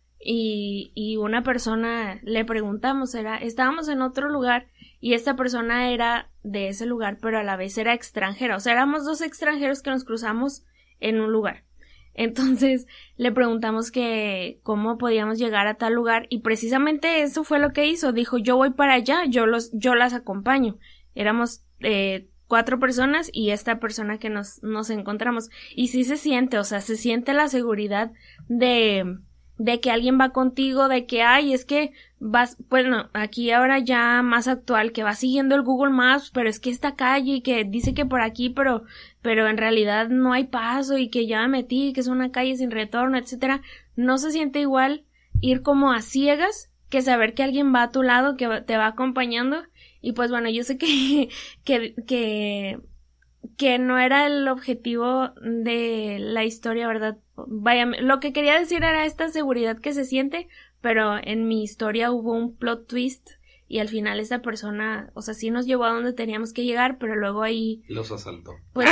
y una persona le preguntamos, estábamos en otro lugar y esta persona era de ese lugar, pero a la vez era extranjera, o sea, éramos 2 extranjeros que nos cruzamos en un lugar. Entonces le preguntamos que cómo podíamos llegar a tal lugar y precisamente eso fue lo que hizo, dijo, yo voy para allá, yo las acompaño. Éramos 4 personas y esta persona que nos encontramos. Y sí se siente, o sea, se siente la seguridad de que alguien va contigo, de que, ay, es que vas, bueno, aquí ahora ya más actual, que vas siguiendo el Google Maps, pero es que esta calle y que dice que por aquí, pero en realidad no hay paso y que ya me metí, que es una calle sin retorno, etcétera. No se siente igual ir como a ciegas que saber que alguien va a tu lado, que te va acompañando. Y pues bueno, yo sé que no era el objetivo de la historia, ¿verdad? Vaya, lo que quería decir era esta seguridad que se siente, pero en mi historia hubo un plot twist y al final esta persona, o sea, sí nos llevó a donde teníamos que llegar, pero luego ahí... Los asaltó. Pues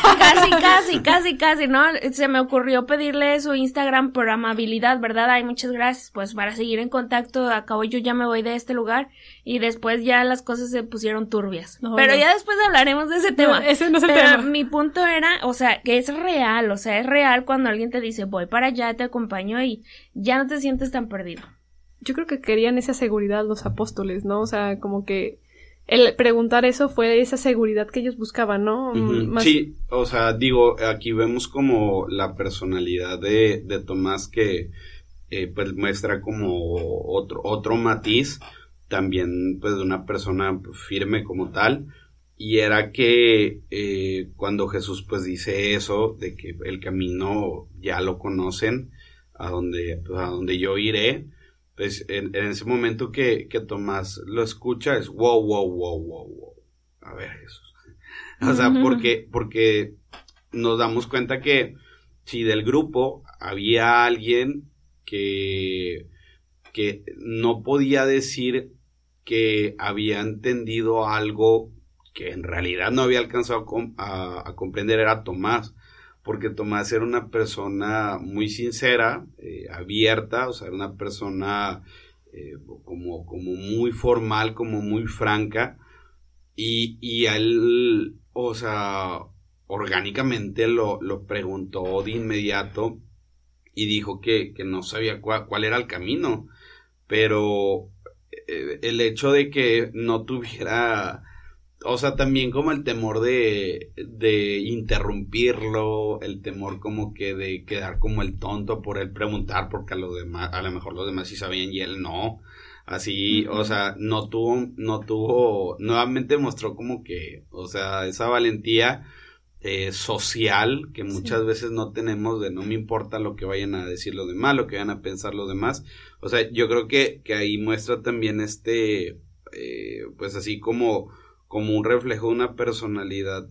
casi, ¿no? Se me ocurrió pedirle su Instagram por amabilidad, ¿verdad? Ay, muchas gracias, pues para seguir en contacto, acabo yo ya me voy de este lugar y después ya las cosas se pusieron turbias. No, pero ya después hablaremos de ese tema. Ese no es el tema. Mi punto era, o sea, que es real cuando alguien te dice, voy para allá, te acompaño y ya no te sientes tan perdido. Yo creo que querían esa seguridad los apóstoles, ¿no? O sea, como que el preguntar eso fue esa seguridad que ellos buscaban, ¿no? Uh-huh. Sí, o sea, digo, aquí vemos como la personalidad de Tomás que pues muestra como otro matiz, también pues de una persona firme como tal, y era que cuando Jesús pues dice eso, de que el camino ya lo conocen, a donde yo iré. Pues en ese momento que Tomás lo escucha es wow. A ver, Jesús. O sea, porque nos damos cuenta que si del grupo había alguien que no podía decir que había entendido algo que en realidad no había alcanzado a comprender, era Tomás. Porque Tomás era una persona muy sincera, abierta, o sea, era una persona como muy formal, como muy franca, y a él, o sea, orgánicamente lo preguntó de inmediato y dijo que no sabía cuál era el camino, pero el hecho de que no tuviera... O sea, también como el temor de interrumpirlo, el temor como que de quedar como el tonto por él preguntar, porque a lo mejor los demás sí sabían y él no. Así, uh-huh. O sea, no tuvo, nuevamente mostró como que, o sea, esa valentía social que muchas veces no tenemos, de no me importa lo que vayan a decir los demás, lo que vayan a pensar los demás. O sea, yo creo que ahí muestra también pues así como un reflejo de una personalidad,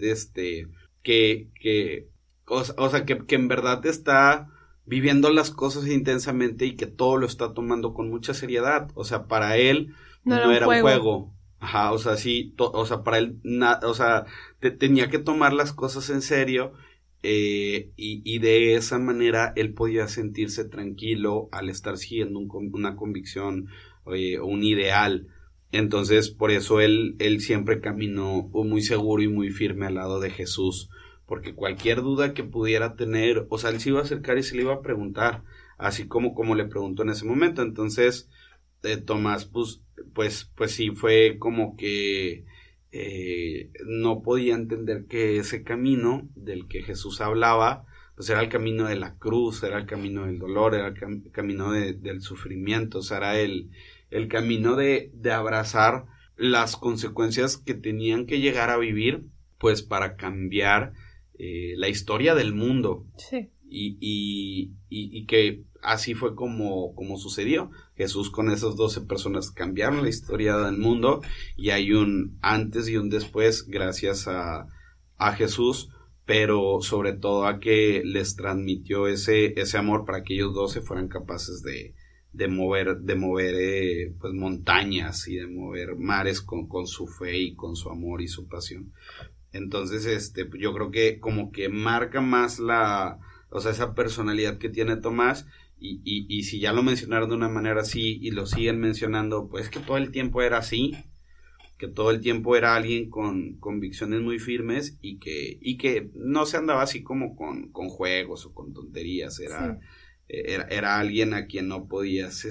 que en verdad está viviendo las cosas intensamente y que todo lo está tomando con mucha seriedad. O sea, para él no era un juego. Ajá, o sea, sí, o sea, para él, tenía que tomar las cosas en serio y de esa manera él podía sentirse tranquilo al estar siguiendo una convicción o un ideal. Entonces por eso él siempre caminó muy seguro y muy firme al lado de Jesús, porque cualquier duda que pudiera tener, o sea, él se iba a acercar y se le iba a preguntar, así como le preguntó en ese momento. Entonces Tomás pues sí fue como que no podía entender que ese camino del que Jesús hablaba pues era el camino de la cruz, era el camino del dolor, era el camino del sufrimiento, o sea, era el camino de abrazar las consecuencias que tenían que llegar a vivir pues para cambiar la historia del mundo. Sí. Y que así fue como sucedió. Jesús con esas 12 personas cambiaron la historia del mundo, y hay un antes y un después gracias a Jesús, pero sobre todo a que les transmitió ese amor para que ellos 12 fueran capaces de mover pues montañas y de mover mares con su fe y con su amor y su pasión. Entonces yo creo que como que marca más esa personalidad que tiene Tomás, y si ya lo mencionaron de una manera así y lo siguen mencionando, pues que todo el tiempo era así, que todo el tiempo era alguien con convicciones muy firmes y que no se andaba así como con juegos o con tonterías, era alguien a quien no podías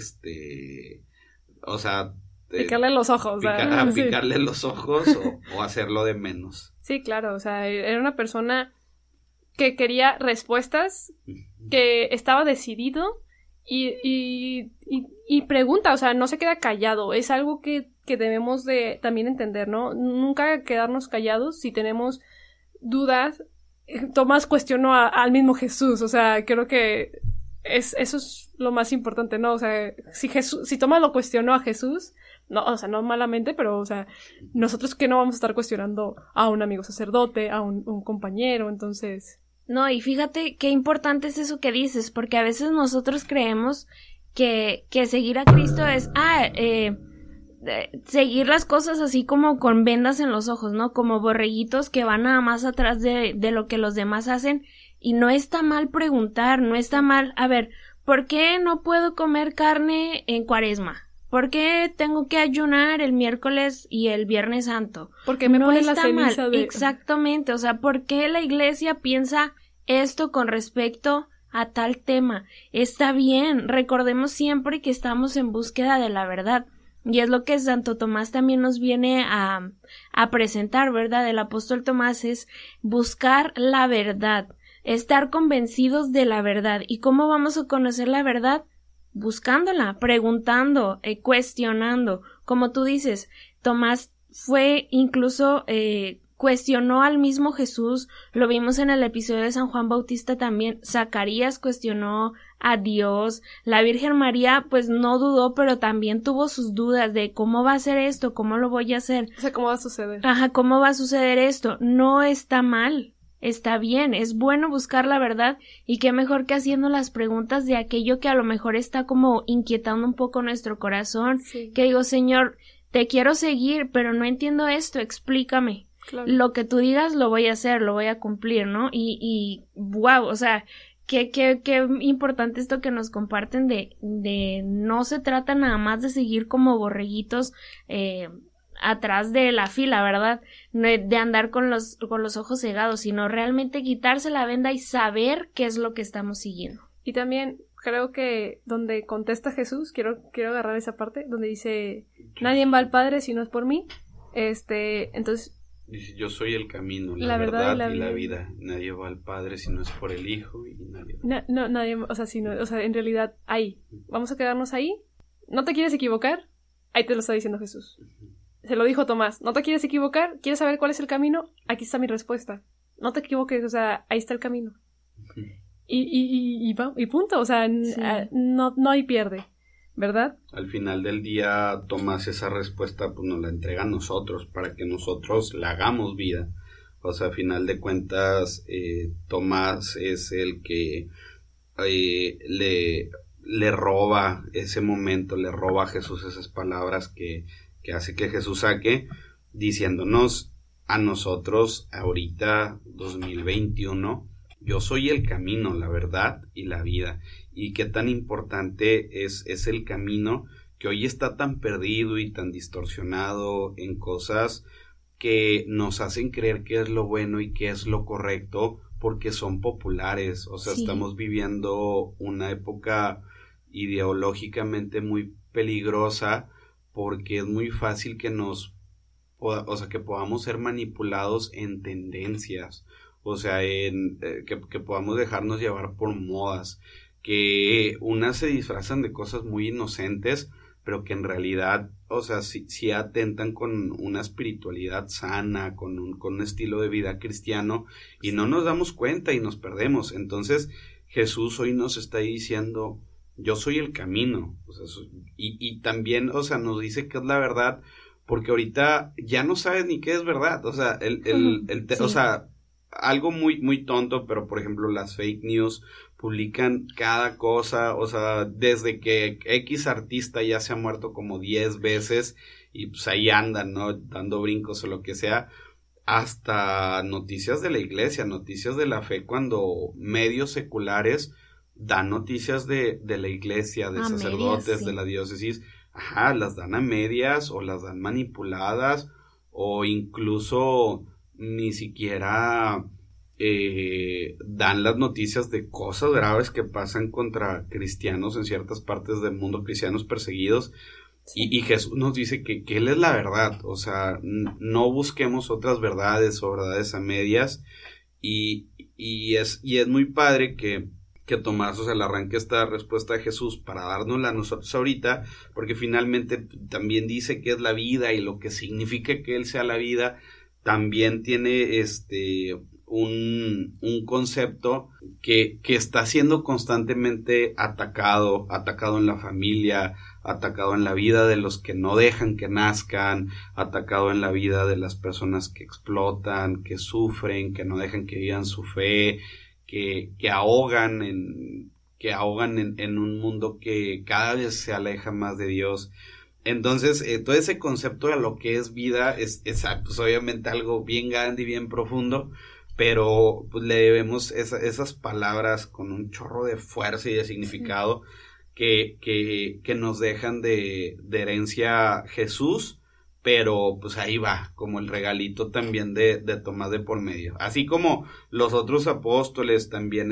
picarle los ojos, picarle los ojos o hacerlo de menos. Sí, claro, o sea, era una persona que quería respuestas, que estaba decidido y pregunta, o sea, no se queda callado. Es algo que debemos de también entender, ¿no? Nunca quedarnos callados si tenemos dudas. Tomás cuestionó al mismo Jesús, o sea, creo que eso es lo más importante, ¿no? O sea, si Tomás lo cuestionó a Jesús, no, o sea, no malamente, pero, o sea, nosotros que no vamos a estar cuestionando a un amigo sacerdote, a un compañero, entonces... No, y fíjate qué importante es eso que dices, porque a veces nosotros creemos que seguir a Cristo es, seguir las cosas así como con vendas en los ojos, ¿no? Como borreguitos que van nada más atrás de lo que los demás hacen, y no está mal preguntar, no está mal, a ver, ¿por qué no puedo comer carne en Cuaresma? ¿Por qué tengo que ayunar el miércoles y el Viernes Santo? Porque me ponen la ceniza de... Exactamente, o sea, ¿por qué la iglesia piensa esto con respecto a tal tema? Está bien, recordemos siempre que estamos en búsqueda de la verdad, y es lo que Santo Tomás también nos viene a presentar, ¿verdad? El apóstol Tomás es buscar la verdad, estar convencidos de la verdad. ¿Y cómo vamos a conocer la verdad? Buscándola, preguntando, cuestionando. Como tú dices, Tomás fue incluso cuestionó al mismo Jesús, lo vimos en el episodio de San Juan Bautista también. Zacarías cuestionó a Dios, la Virgen María pues no dudó, pero también tuvo sus dudas de cómo va a ser esto, cómo lo voy a hacer. O sea, ¿cómo va a suceder? Ajá, ¿cómo va a suceder esto? No está mal. Está bien, es bueno buscar la verdad, y qué mejor que haciendo las preguntas de aquello que a lo mejor está como inquietando un poco nuestro corazón, sí. Que digo, Señor, te quiero seguir, pero no entiendo esto, explícame. Claro. Lo que tú digas lo voy a hacer, lo voy a cumplir, ¿no? Y wow, o sea, qué importante esto que nos comparten de no se trata nada más de seguir como borreguitos, atrás de la fila, ¿verdad? De andar con los ojos cegados, sino realmente quitarse la venda y saber qué es lo que estamos siguiendo. Y también creo que donde contesta Jesús, quiero agarrar esa parte, donde dice, nadie va al Padre si no es por mí, entonces... Dice, yo soy el camino, la verdad y la vida. Nadie va al Padre si no es por el Hijo y nadie... nadie, o sea, en realidad, ahí. Vamos a quedarnos ahí. ¿No te quieres equivocar? Ahí te lo está diciendo Jesús. Se lo dijo Tomás, ¿no te quieres equivocar? ¿Quieres saber cuál es el camino? Aquí está mi respuesta. No te equivoques, o sea, ahí está el camino. Y punto, o sea, sí. No hay pierde, ¿verdad? Al final del día, Tomás, esa respuesta pues nos la entrega a nosotros, para que nosotros la hagamos vida. O sea, al final de cuentas, Tomás es el que le roba ese momento, le roba a Jesús esas palabras que hace que Jesús saque, diciéndonos a nosotros ahorita 2021, yo soy el camino, la verdad y la vida. Y qué tan importante es el camino que hoy está tan perdido y tan distorsionado en cosas que nos hacen creer que es lo bueno y que es lo correcto porque son populares. O sea, estamos viviendo una época ideológicamente muy peligrosa porque es muy fácil que que podamos ser manipulados en tendencias, o sea, que podamos dejarnos llevar por modas, que unas se disfrazan de cosas muy inocentes, pero que en realidad, o sea, sí atentan con una espiritualidad sana, con un estilo de vida cristiano, y no nos damos cuenta y nos perdemos. Entonces, Jesús hoy nos está diciendo, yo soy el camino, o sea, y también, o sea, nos dice que es la verdad, porque ahorita ya no sabes ni qué es verdad, o sea, o sea, algo muy, muy tonto, pero por ejemplo las fake news publican cada cosa, o sea, desde que X artista ya se ha muerto como 10 veces y pues ahí andan, ¿no? Dando brincos o lo que sea, hasta noticias de la iglesia, noticias de la fe, cuando medios seculares dan noticias de la iglesia, de sacerdotes, medias, de la diócesis, las dan a medias o las dan manipuladas o incluso ni siquiera dan las noticias de cosas graves que pasan contra cristianos en ciertas partes del mundo, cristianos perseguidos. Y Jesús nos dice que Él es la verdad, o sea, no busquemos otras verdades o verdades a medias, y es muy padre que Tomás, o sea, le arranque esta respuesta de Jesús para dárnosla a nosotros ahorita, porque finalmente también dice que es la vida y lo que significa que Él sea la vida, también tiene un concepto que está siendo constantemente atacado en la familia, atacado en la vida de los que no dejan que nazcan, atacado en la vida de las personas que explotan, que sufren, que no dejan que vivan su fe, que ahogan en un mundo que cada vez se aleja más de Dios. Entonces, todo ese concepto de lo que es vida es pues, obviamente algo bien grande y bien profundo, pero pues le debemos esas palabras con un chorro de fuerza y de significado que nos dejan de herencia Jesús, pero pues ahí va, como el regalito también de Tomás de por medio. Así como los otros apóstoles, también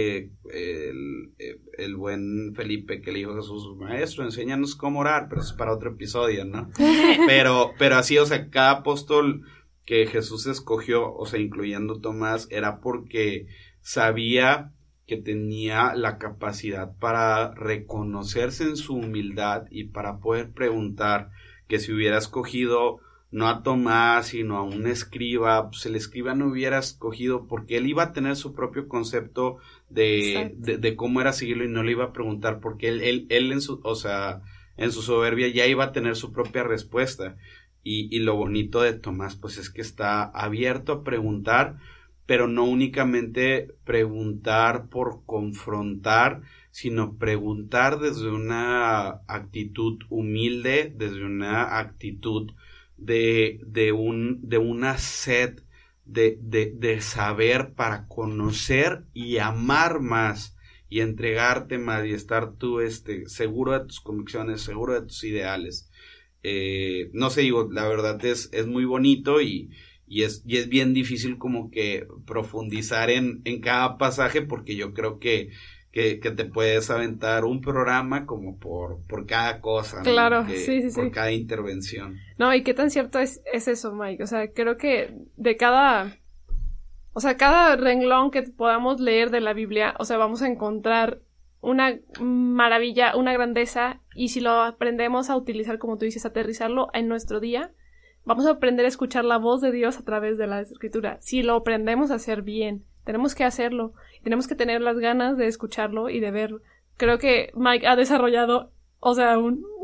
el buen Felipe que le dijo a Jesús, maestro, enséñanos cómo orar, pero eso es para otro episodio, ¿no? Pero así, o sea, cada apóstol que Jesús escogió, o sea, incluyendo Tomás, era porque sabía que tenía la capacidad para reconocerse en su humildad y para poder preguntar, que si hubiera escogido no a Tomás, sino a un escriba, pues el escriba no hubiera escogido, porque él iba a tener su propio concepto de cómo era seguirlo y no le iba a preguntar, porque él en su soberbia ya iba a tener su propia respuesta. Y lo bonito de Tomás, pues es que está abierto a preguntar, pero no únicamente preguntar por confrontar, sino preguntar desde una actitud humilde, desde una actitud de una sed de saber para conocer y amar más y entregarte más y estar tú seguro de tus convicciones, seguro de tus ideales. No sé, digo, la verdad es muy bonito y es bien difícil como que profundizar en cada pasaje, porque yo creo que te puedes aventar un programa como por cada cosa, ¿no? Claro, sí. Por cada intervención. No, y qué tan cierto es eso, Mike. O sea, creo que cada renglón que podamos leer de la Biblia, o sea, vamos a encontrar una maravilla, una grandeza, y si lo aprendemos a utilizar, como tú dices, aterrizarlo en nuestro día, vamos a aprender a escuchar la voz de Dios a través de la Escritura. Si lo aprendemos a hacer bien, tenemos que hacerlo, tenemos que tener las ganas de escucharlo y de verlo. Creo que Mike ha desarrollado, o sea,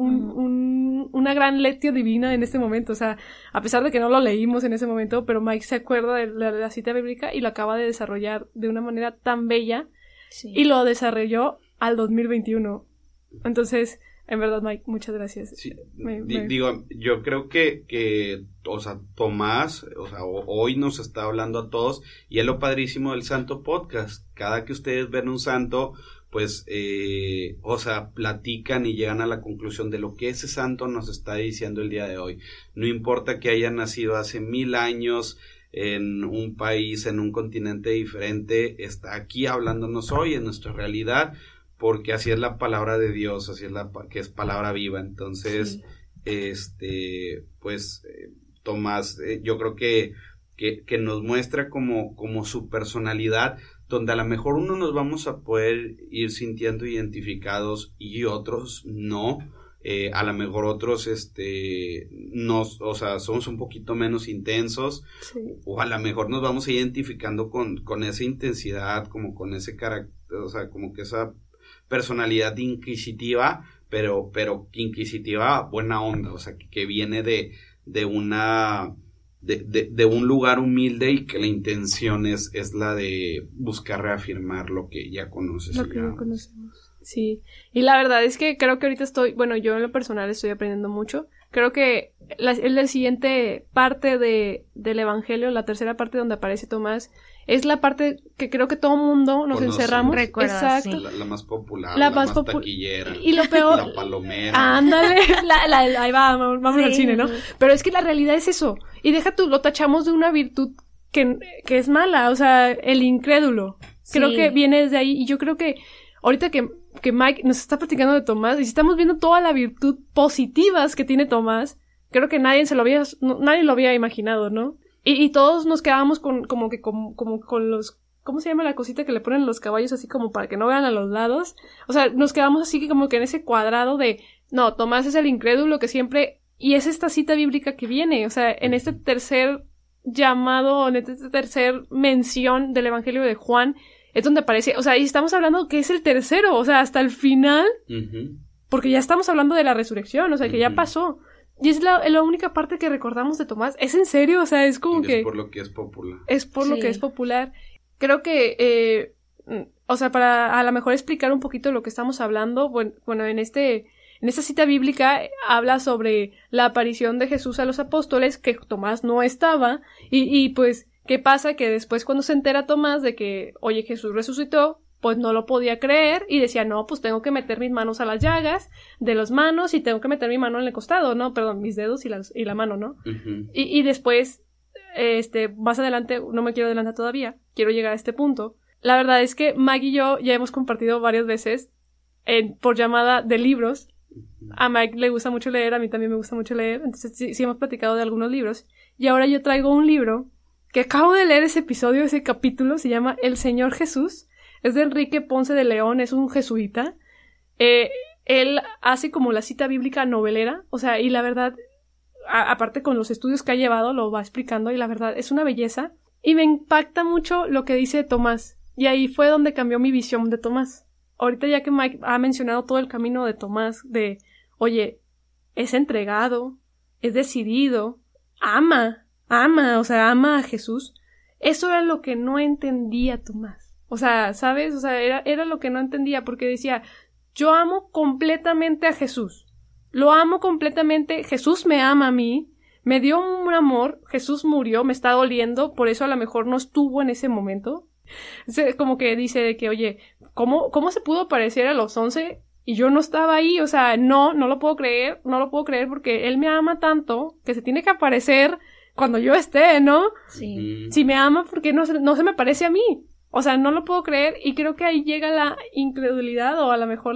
una gran lectio divina en este momento. O sea, a pesar de que no lo leímos en ese momento, pero Mike se acuerda de la cita bíblica y lo acaba de desarrollar de una manera tan bella, y lo desarrolló al 2021. Entonces, En verdad, Mike, muchas gracias. Sí, digo, yo creo que, o sea, Tomás, o sea, hoy nos está hablando a todos, y es lo padrísimo del Santo Podcast. Cada que ustedes ven un santo, pues, o sea, platican y llegan a la conclusión de lo que ese santo nos está diciendo el día de hoy. No importa que haya nacido hace 1000 años, en un país, en un continente diferente, está aquí hablándonos hoy en nuestra realidad, porque así es la palabra de Dios, así es que es palabra viva. Entonces, pues, Tomás, yo creo que nos muestra como su personalidad, donde a lo mejor uno nos vamos a poder ir sintiendo identificados y otros no. A lo mejor otros, o sea, somos un poquito menos intensos, sí. O a lo mejor nos vamos identificando con esa intensidad, como con ese carácter, o sea, como que esa personalidad inquisitiva, pero inquisitiva buena onda, o sea, que viene de un lugar humilde, y que la intención es la de buscar reafirmar lo que ya conoces. Lo que ya conocemos. Sí, y la verdad es que creo que ahorita yo en lo personal estoy aprendiendo mucho. Creo que la siguiente parte del Evangelio, la tercera parte donde aparece Tomás, es la parte que creo que todo mundo nos encerramos. Exacto. Sí. La más popular, la más taquillera. Y lo peor... La palomera. Ándale, ahí vamos al cine, ¿no? Pero es que la realidad es eso. Y deja tú, lo tachamos de una virtud que es mala, o sea, el incrédulo. Creo que viene desde ahí, y yo creo que ahorita que Mike nos está platicando de Tomás, y si estamos viendo toda la virtud positivas que tiene Tomás, creo que nadie lo había imaginado, ¿no? Y todos nos quedábamos como con los, ¿cómo se llama la cosita que le ponen los caballos así como para que no vean a los lados? O sea, nos quedamos así como que en ese cuadrado de, no, Tomás es el incrédulo que siempre, y es esta cita bíblica que viene, o sea, en este tercer llamado, en esta tercer mención del Evangelio de Juan, es donde aparece, o sea, y estamos hablando que es el tercero, o sea, hasta el final, porque ya estamos hablando de la resurrección, o sea, que ya pasó. Y es la única parte que recordamos de Tomás. ¿Es en serio? O sea, es como que... Es por lo que es popular. Es por lo que es popular. Creo que, o sea, para a lo mejor explicar un poquito lo que estamos hablando, bueno, en esta cita bíblica habla sobre la aparición de Jesús a los apóstoles, que Tomás no estaba, y pues, ¿qué pasa? Que después cuando se entera Tomás de que, oye, Jesús resucitó, pues no lo podía creer y decía, no, pues tengo que meter mis manos a las llagas de las manos y tengo que meter mi mano en el costado, ¿no? Perdón, mis dedos y la mano, ¿no? Y después, más adelante, no me quiero adelantar todavía, quiero llegar a este punto. La verdad es que Mike y yo ya hemos compartido varias veces por llamada de libros. A Mike le gusta mucho leer, a mí también me gusta mucho leer, entonces sí hemos platicado de algunos libros. Y ahora yo traigo un libro que acabo de leer ese capítulo, se llama El Señor Jesús. Es de Enrique Ponce de León, es un jesuita. Él hace como la cita bíblica novelera, o sea, y la verdad, aparte con los estudios que ha llevado, lo va explicando, y la verdad es una belleza. Y me impacta mucho lo que dice Tomás, y ahí fue donde cambió mi visión de Tomás. Ahorita ya que Mike ha mencionado todo el camino de Tomás, de, oye, es entregado, es decidido, ama a Jesús. Eso era lo que no entendía Tomás. O sea, ¿sabes? O sea, era lo que no entendía, porque decía, yo amo completamente a Jesús. Lo amo completamente, Jesús me ama a mí, me dio un amor, Jesús murió, me está doliendo, por eso a lo mejor no estuvo en ese momento. Como que dice de que, oye, ¿cómo se pudo aparecer a los 11 y yo no estaba ahí? O sea, no lo puedo creer porque Él me ama tanto que se tiene que aparecer cuando yo esté, ¿no? Sí. Si me ama, ¿por qué no se me parece a mí? O sea, no lo puedo creer, y creo que ahí llega la incredulidad, o a lo mejor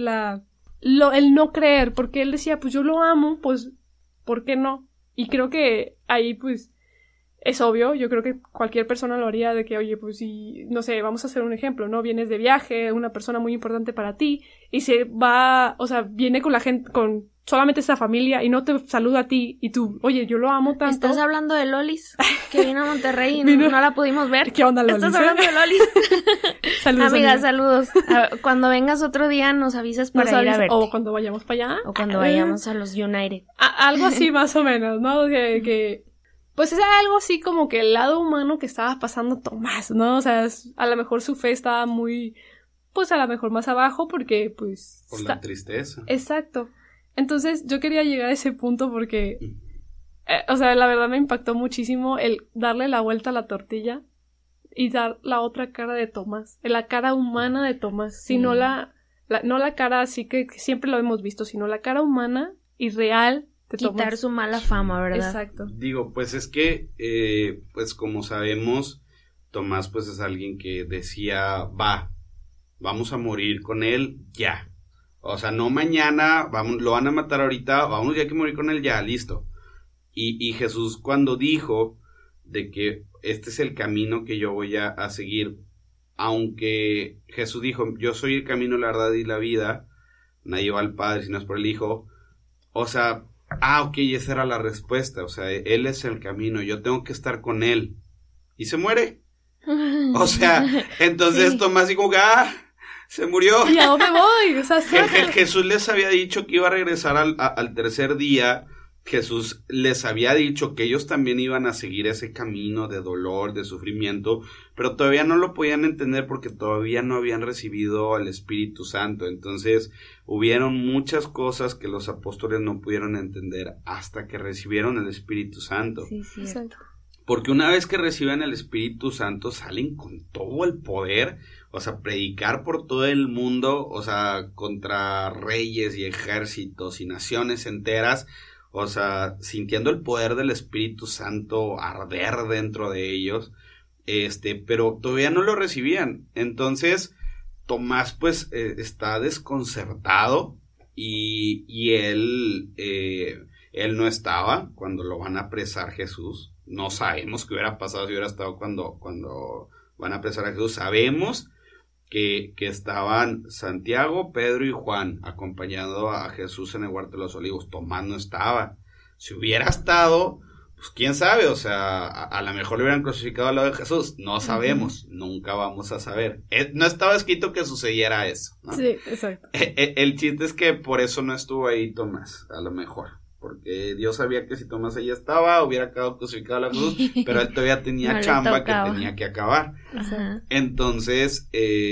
el no creer, porque él decía, pues yo lo amo, pues, ¿por qué no? Y creo que ahí, pues, es obvio, yo creo que cualquier persona lo haría, de que, oye, pues si, no sé, vamos a hacer un ejemplo, ¿no? Vienes de viaje, una persona muy importante para ti, y se va, o sea, viene con la gente, con solamente esa familia, y no te saluda a ti, y tú, oye, yo lo amo tanto. ¿Estás hablando de Lolis? Que vino a Monterrey y no la pudimos ver. ¿Qué onda, Lolis? ¿Estás hablando de Lolis? Saludos, amiga, saludos. Cuando vengas otro día nos avisas para ir a verte. O cuando vayamos para allá. O cuando vayamos a los United. Algo así más o menos, ¿no? Que pues es algo así como que el lado humano que estaba pasando Tomás, ¿no? O sea, a lo mejor su fe estaba muy pues a lo mejor más abajo porque pues... Por la tristeza. Exacto. Entonces yo quería llegar a ese punto porque, o sea, la verdad me impactó muchísimo el darle la vuelta a la tortilla y dar la otra cara de Tomás, la cara humana de Tomás, sino no la cara así que siempre lo hemos visto, sino la cara humana y real de Tomás. Quitar su mala fama, ¿verdad? Exacto. Digo, pues es que, pues como sabemos, Tomás pues es alguien que decía, vamos a morir con él ya. O sea, no mañana, lo van a matar ahorita, vamos ya hay que morir con él ya, listo. Y Jesús cuando dijo de que este es el camino que yo voy a seguir, aunque Jesús dijo, yo soy el camino, la verdad y la vida, nadie va al Padre si no es por el Hijo, o sea, ok, esa era la respuesta, o sea, Él es el camino, yo tengo que estar con Él, y se muere. O sea, entonces sí. Tomás así como que, se murió. ¿Y a dónde voy? O sea, Jesús les había dicho que iba a regresar al tercer día. Jesús les había dicho que ellos también iban a seguir ese camino de dolor, de sufrimiento, pero todavía no lo podían entender porque todavía no habían recibido al Espíritu Santo. Entonces, hubieron muchas cosas que los apóstoles no pudieron entender hasta que recibieron el Espíritu Santo. Sí, cierto. Porque una vez que reciben el Espíritu Santo, salen con todo el poder, o sea, predicar por todo el mundo, o sea, contra reyes y ejércitos y naciones enteras, o sea, sintiendo el poder del Espíritu Santo arder dentro de ellos, pero todavía no lo recibían. Entonces, Tomás, pues, está desconcertado y él no estaba cuando lo van a apresar Jesús. No sabemos qué hubiera pasado si hubiera estado cuando van a apresar a Jesús. Sabemos que estaban Santiago, Pedro y Juan acompañando a Jesús en el huerto de los olivos. Tomás no estaba. Si hubiera estado, pues quién sabe, o sea, a lo mejor le hubieran crucificado al lado de Jesús. No sabemos, nunca vamos a saber. No estaba escrito que sucediera eso, ¿no? Sí, exacto. El chiste es que por eso no estuvo ahí Tomás, a lo mejor. Porque Dios sabía que si Tomás ahí estaba, hubiera quedado crucificado a la cruz, pero él todavía tenía chamba que tenía que acabar. Ajá. Entonces,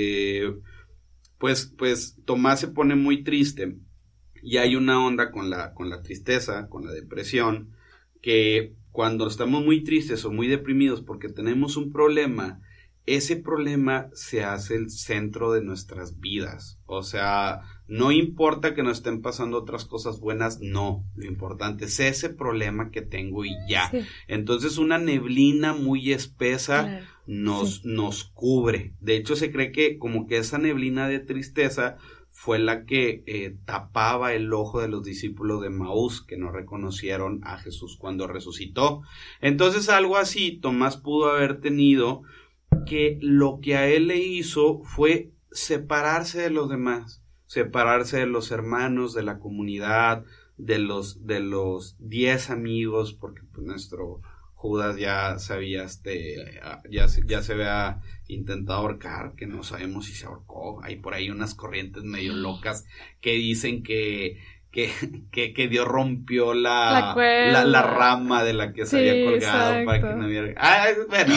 pues Tomás se pone muy triste, y hay una onda con la tristeza, con la depresión, que cuando estamos muy tristes o muy deprimidos porque tenemos un problema, ese problema se hace el centro de nuestras vidas. O sea, no importa que nos estén pasando otras cosas buenas, no. Lo importante es ese problema que tengo y ya. Sí. Entonces una neblina muy espesa nos cubre. De hecho, se cree que como que esa neblina de tristeza fue la que tapaba el ojo de los discípulos de Maús, que no reconocieron a Jesús cuando resucitó. Entonces algo así Tomás pudo haber tenido, que lo que a él le hizo fue separarse de los demás, separarse de los hermanos, de la comunidad, de los 10 amigos, porque pues nuestro Judas ya sabía, ya se había intentado ahorcar, que no sabemos si se ahorcó. Hay por ahí unas corrientes medio locas que dicen que Dios rompió la rama de la que se había colgado, exacto, para que no hubiera... bueno,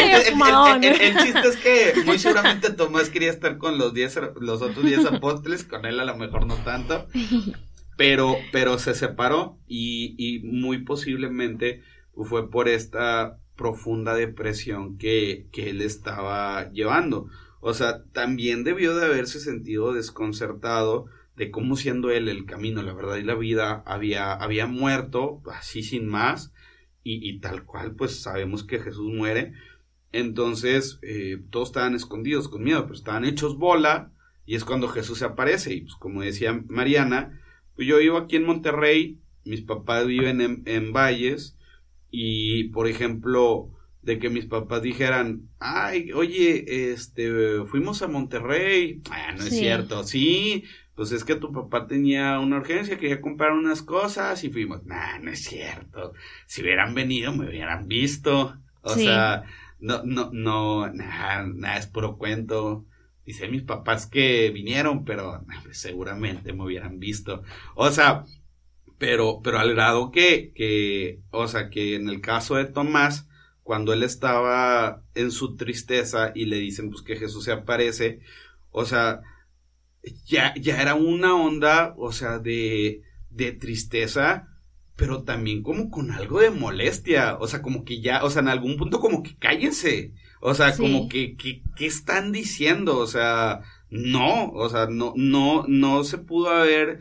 el chiste es que muy seguramente Tomás quería estar con los otros 10 apóstoles, con él a lo mejor no tanto, pero se separó y muy posiblemente fue por esta profunda depresión que él estaba llevando. O sea, también debió de haberse sentido desconcertado de cómo, siendo él el camino, la verdad y la vida, había muerto así sin más, y tal cual pues sabemos que Jesús muere. Entonces todos estaban escondidos con miedo, pero estaban hechos bola, y es cuando Jesús se aparece. Y pues como decía Mariana, pues yo vivo aquí en Monterrey, mis papás viven en Valles, y por ejemplo, de que mis papás dijeran, ay, oye, fuimos a Monterrey, no es cierto, sí, pues es que tu papá tenía una urgencia, quería comprar unas cosas y fuimos, no es cierto, si hubieran venido me hubieran visto, o sea, nada, es puro cuento. Dice mis papás que vinieron, pero seguramente me hubieran visto, o sea, pero al grado que, o sea, que en el caso de Tomás, cuando él estaba en su tristeza y le dicen pues que Jesús se aparece, o sea, ya era una onda, o sea, de tristeza, pero también como con algo de molestia, o sea, como que ya, o sea, en algún punto como que cállense, o sea, como que ¿qué están diciendo? O sea, no se pudo haber,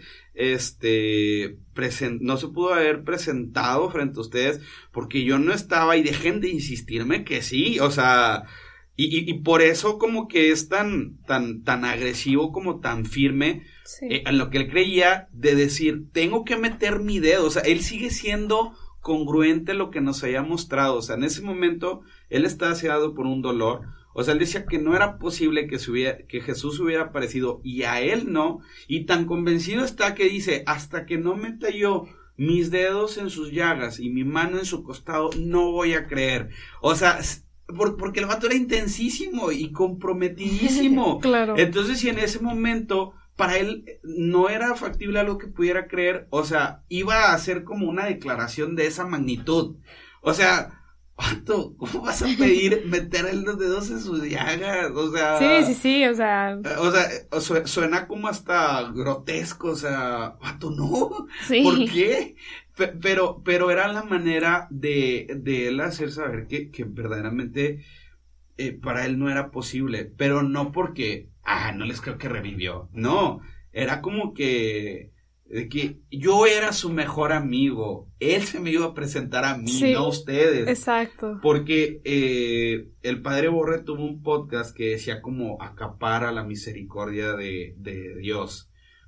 no se pudo haber presentado frente a ustedes, porque yo no estaba, y dejen de insistirme que sí, o sea, y por eso como que es tan agresivo, como tan firme, en lo que él creía, de decir, tengo que meter mi dedo, o sea, él sigue siendo congruente lo que nos había mostrado, o sea, en ese momento, él estaba cegado por un dolor, o sea, él decía que no era posible que Jesús hubiera aparecido, y a él no, y tan convencido está que dice, hasta que no meta yo mis dedos en sus llagas, y mi mano en su costado, no voy a creer, o sea, porque el vato era intensísimo y comprometidísimo. Claro. Entonces, si en ese momento para él no era factible algo que pudiera creer, o sea, iba a hacer como una declaración de esa magnitud. O sea, vato, ¿cómo vas a pedir meter los dedos en sus llagas? O sea, sí, o sea, suena como hasta grotesco, o sea, vato, no. Sí. ¿Por qué? Pero era la manera de él hacer saber que verdaderamente para él no era posible, pero no porque, no les creo que revivió, no, era como que yo era su mejor amigo, él se me iba a presentar a mí, no a ustedes. Exacto. Porque el padre Borre tuvo un podcast que decía como acapara la misericordia de Dios.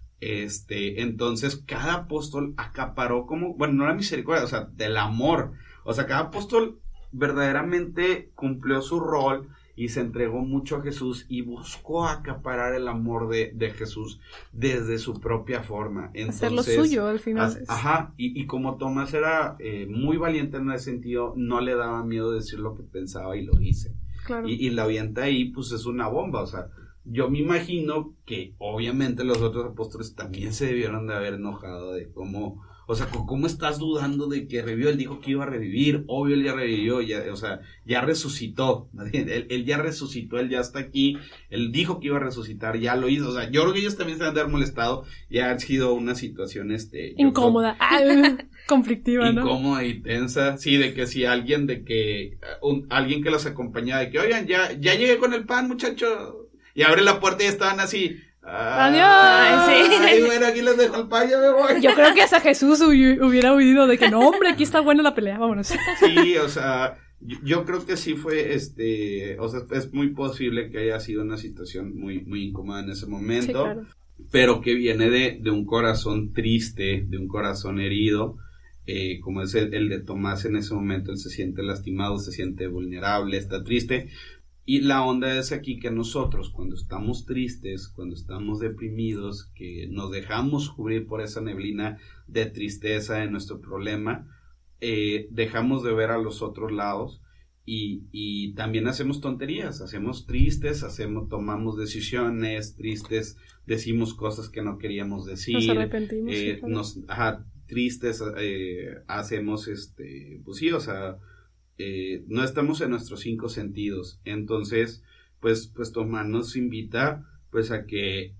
Entonces cada apóstol acaparó como, bueno, no la misericordia, o sea, del amor, o sea, cada apóstol verdaderamente cumplió su rol y se entregó mucho a Jesús y buscó acaparar el amor de Jesús desde su propia forma. Entonces, hacer lo suyo al final. Y como Tomás era muy valiente en ese sentido, no le daba miedo decir lo que pensaba y lo dice. Claro. Y la avienta ahí, pues es una bomba, o sea, yo me imagino que obviamente los otros apóstoles también se debieron de haber enojado de cómo, o sea, ¿cómo estás dudando de que revivió? Él dijo que iba a revivir, obvio él ya revivió, o sea, ya resucitó, él ya resucitó, él ya está aquí, él dijo que iba a resucitar, ya lo hizo, o sea, yo creo que ellos también se han de haber molestado, ya ha sido una situación, incómoda, conflictiva, ¿no? Incómoda y tensa, sí, de que si alguien alguien que los acompañaba, de que, oigan, ya llegué con el pan, muchachos. Y abre la puerta y estaban así. ¡Adiós! Sí. Bueno, aquí les dejo el pan, ya me voy. Yo creo que hasta Jesús hubiera huido de que no, hombre, aquí está buena la pelea, vámonos. Sí, o sea, yo creo que sí fue, o sea, es muy posible que haya sido una situación muy, muy incómoda en ese momento. Sí, claro. Pero que viene de un corazón triste, de un corazón herido, como es el de Tomás en ese momento. Él se siente lastimado, se siente vulnerable, está triste. Y la onda es aquí que nosotros, cuando estamos tristes, cuando estamos deprimidos, que nos dejamos cubrir por esa neblina de tristeza de nuestro problema, dejamos de ver a los otros lados y también hacemos tonterías, hacemos tristes, tomamos decisiones tristes, decimos cosas que no queríamos decir, nos arrepentimos, tristes, hacemos pues sí, o sea, no estamos en nuestros 5 sentidos. Entonces pues Tomás nos invita pues a que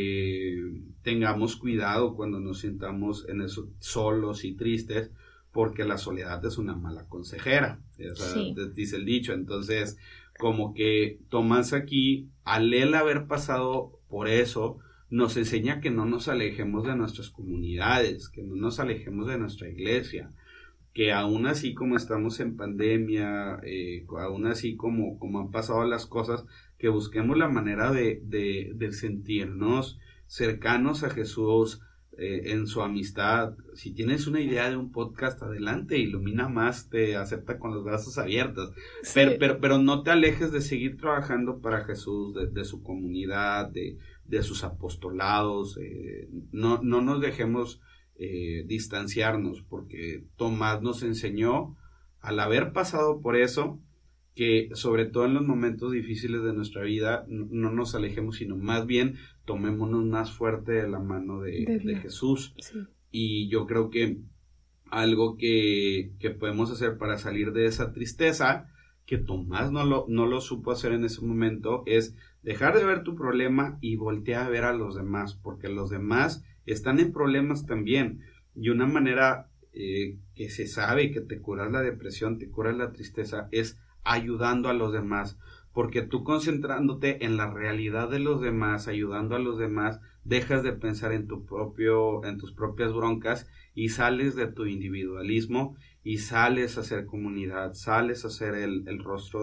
tengamos cuidado cuando nos sintamos en eso solos y tristes, porque la soledad es una mala consejera, o sea, sí. Dice el dicho. Entonces como que Tomás aquí, al él haber pasado por eso, nos enseña que no nos alejemos de nuestras comunidades, que no nos alejemos de nuestra iglesia, que aún así como estamos en pandemia, aún así como han pasado las cosas, que busquemos la manera de sentirnos cercanos a Jesús, en su amistad. Si tienes una idea de un podcast, adelante, Ilumina Más te acepta con los brazos abiertos, sí. pero no te alejes de seguir trabajando para Jesús, de su comunidad, de sus apostolados, no nos dejemos distanciarnos, porque Tomás nos enseñó, al haber pasado por eso, que sobre todo en los momentos difíciles de nuestra vida no nos alejemos, sino más bien tomémonos más fuerte de la mano de Jesús. Sí. Y yo creo que algo que podemos hacer para salir de esa tristeza, que Tomás no lo supo hacer en ese momento, es dejar de ver tu problema y voltear a ver a los demás, porque los demás están en problemas también. Y una manera que se sabe que te curas la depresión, te curas la tristeza, es ayudando a los demás. Porque tú concentrándote en la realidad de los demás, ayudando a los demás, dejas de pensar en tus propias broncas y sales de tu individualismo y sales a hacer comunidad, sales a ser el rostro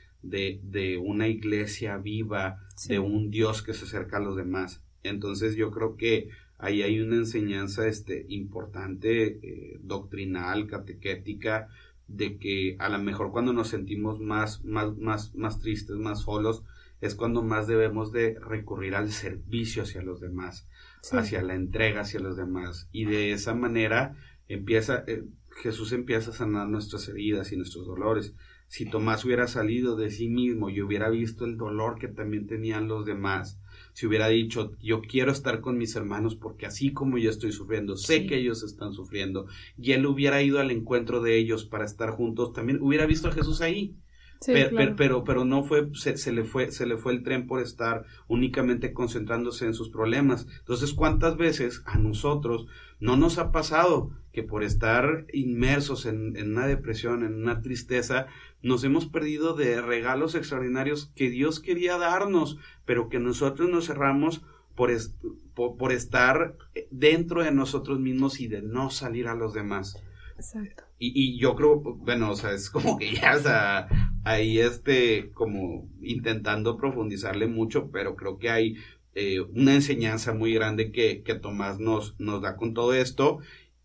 de una iglesia viva, sí, de un Dios que se acerca a los demás. Entonces yo creo que ahí hay una enseñanza importante, doctrinal, catequética, de que a lo mejor cuando nos sentimos más tristes, más solos, es cuando más debemos de recurrir al servicio hacia los demás, sí, hacia la entrega hacia los demás, y de esa manera Jesús empieza a sanar nuestras heridas y nuestros dolores. Si Tomás hubiera salido de sí mismo y hubiera visto el dolor que también tenían los demás, si hubiera dicho, yo quiero estar con mis hermanos porque así como yo estoy sufriendo, sé, sí, que ellos están sufriendo, y él hubiera ido al encuentro de ellos para estar juntos, también hubiera visto a Jesús ahí. Sí, claro. pero no fue, se le fue el tren por estar únicamente concentrándose en sus problemas. Entonces, ¿cuántas veces a nosotros no nos ha pasado que por estar inmersos en una depresión, en una tristeza, nos hemos perdido de regalos extraordinarios que Dios quería darnos, pero que nosotros nos cerramos por estar dentro de nosotros mismos y de no salir a los demás? Exacto. Y yo creo, bueno, o sea, es como que ya, o sea, ahí como intentando profundizarle mucho, pero creo que hay una enseñanza muy grande que Tomás nos da con todo esto.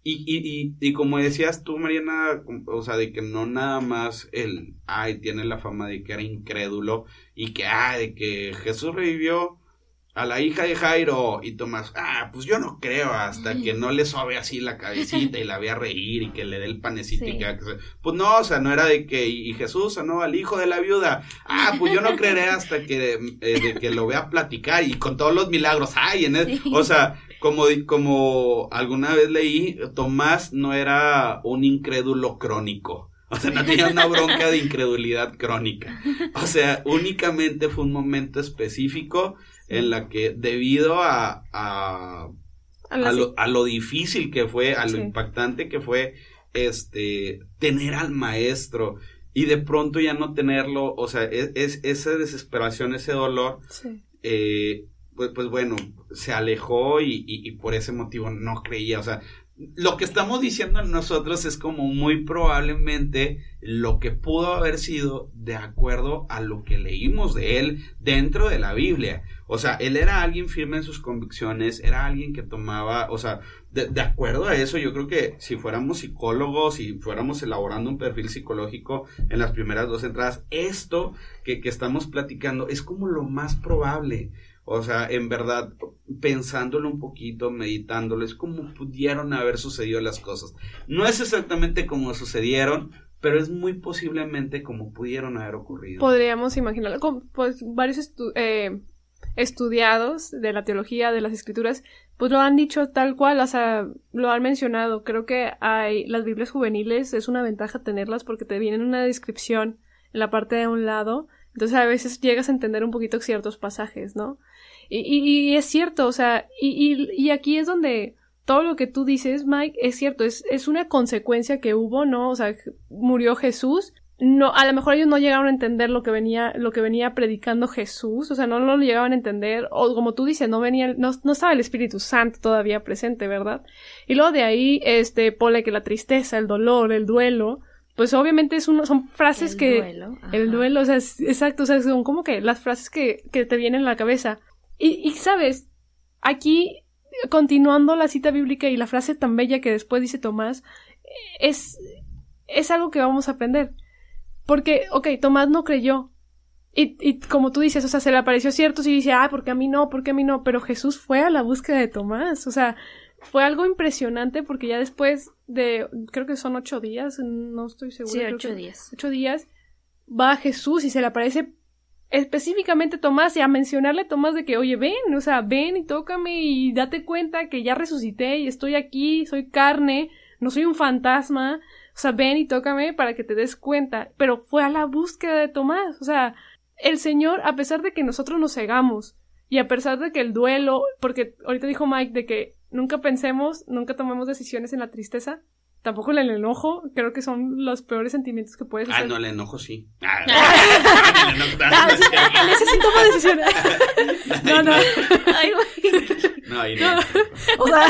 Y como decías tú, Mariana, o sea, de que no nada más tiene la fama de que era incrédulo y que, de que Jesús revivió a la hija de Jairo, y Tomás, pues yo no creo, hasta que no le sobe así la cabecita y la vea reír y que le dé el panecito, sí, y pues no, o sea, no era de que, y Jesús sanó al hijo de la viuda, pues yo no creeré hasta que de que lo vea platicar y con todos los milagros, sí, o sea, como alguna vez leí, Tomás no era un incrédulo crónico. O sea, no tenía una bronca de incredulidad crónica. O sea, únicamente fue un momento específico en la que, debido a lo difícil que fue, a lo, sí, impactante que fue, tener al maestro y de pronto ya no tenerlo, o sea, esa desesperación, ese dolor, sí, pues bueno, se alejó y por ese motivo no creía, o sea, lo que estamos diciendo nosotros es como muy probablemente lo que pudo haber sido de acuerdo a lo que leímos de él dentro de la Biblia. O sea, él era alguien firme en sus convicciones, era alguien que tomaba, o sea, de acuerdo a eso, yo creo que si fuéramos psicólogos, si fuéramos elaborando un perfil psicológico en las primeras 2 entradas, esto que estamos platicando es como lo más probable. O sea, en verdad, pensándolo un poquito, meditándolo, es como pudieron haber sucedido las cosas. No es exactamente como sucedieron, pero es muy posiblemente como pudieron haber ocurrido. Podríamos imaginarlo, pues varios estudiados de la teología, de las escrituras, pues lo han dicho tal cual, o sea, lo han mencionado. Creo que las Biblias juveniles es una ventaja tenerlas porque te vienen una descripción en la parte de un lado, entonces a veces llegas a entender un poquito ciertos pasajes, ¿no? Y es cierto, o sea, y aquí es donde todo lo que tú dices, Mike, es cierto, es una consecuencia que hubo, ¿no? O sea, murió Jesús, no, a lo mejor ellos no llegaron a entender lo que venía predicando Jesús, o sea, no lo llegaban a entender, o como tú dices, no estaba el Espíritu Santo todavía presente, ¿verdad? Y luego de ahí, ponle que la tristeza, el dolor, el duelo, pues obviamente son frases el duelo, o sea, exacto, o sea, son como que las frases que te vienen a la cabeza. Y sabes, aquí, continuando la cita bíblica y la frase tan bella que después dice Tomás, es algo que vamos a aprender. Porque, Tomás no creyó. Y como tú dices, o sea, se le apareció cierto y dice, ¿por qué a mí no? Pero Jesús fue a la búsqueda de Tomás. O sea, fue algo impresionante porque ya después de, creo que son 8 días, no estoy segura. Sí, 8 días. 8 días, va a Jesús y se le aparece específicamente Tomás, y a mencionarle a Tomás de que, oye, ven y tócame y date cuenta que ya resucité y estoy aquí, soy carne, no soy un fantasma, o sea, ven y tócame para que te des cuenta. Pero fue a la búsqueda de Tomás, o sea, el Señor, a pesar de que nosotros nos cegamos, y a pesar de que el duelo, porque ahorita dijo Mike de que nunca tomemos decisiones en la tristeza, tampoco en el enojo, creo que son los peores sentimientos que puedes hacer. No, el enojo sí. En ese sí toma decisiones. No. Ay, güey. No, ahí no. O sea...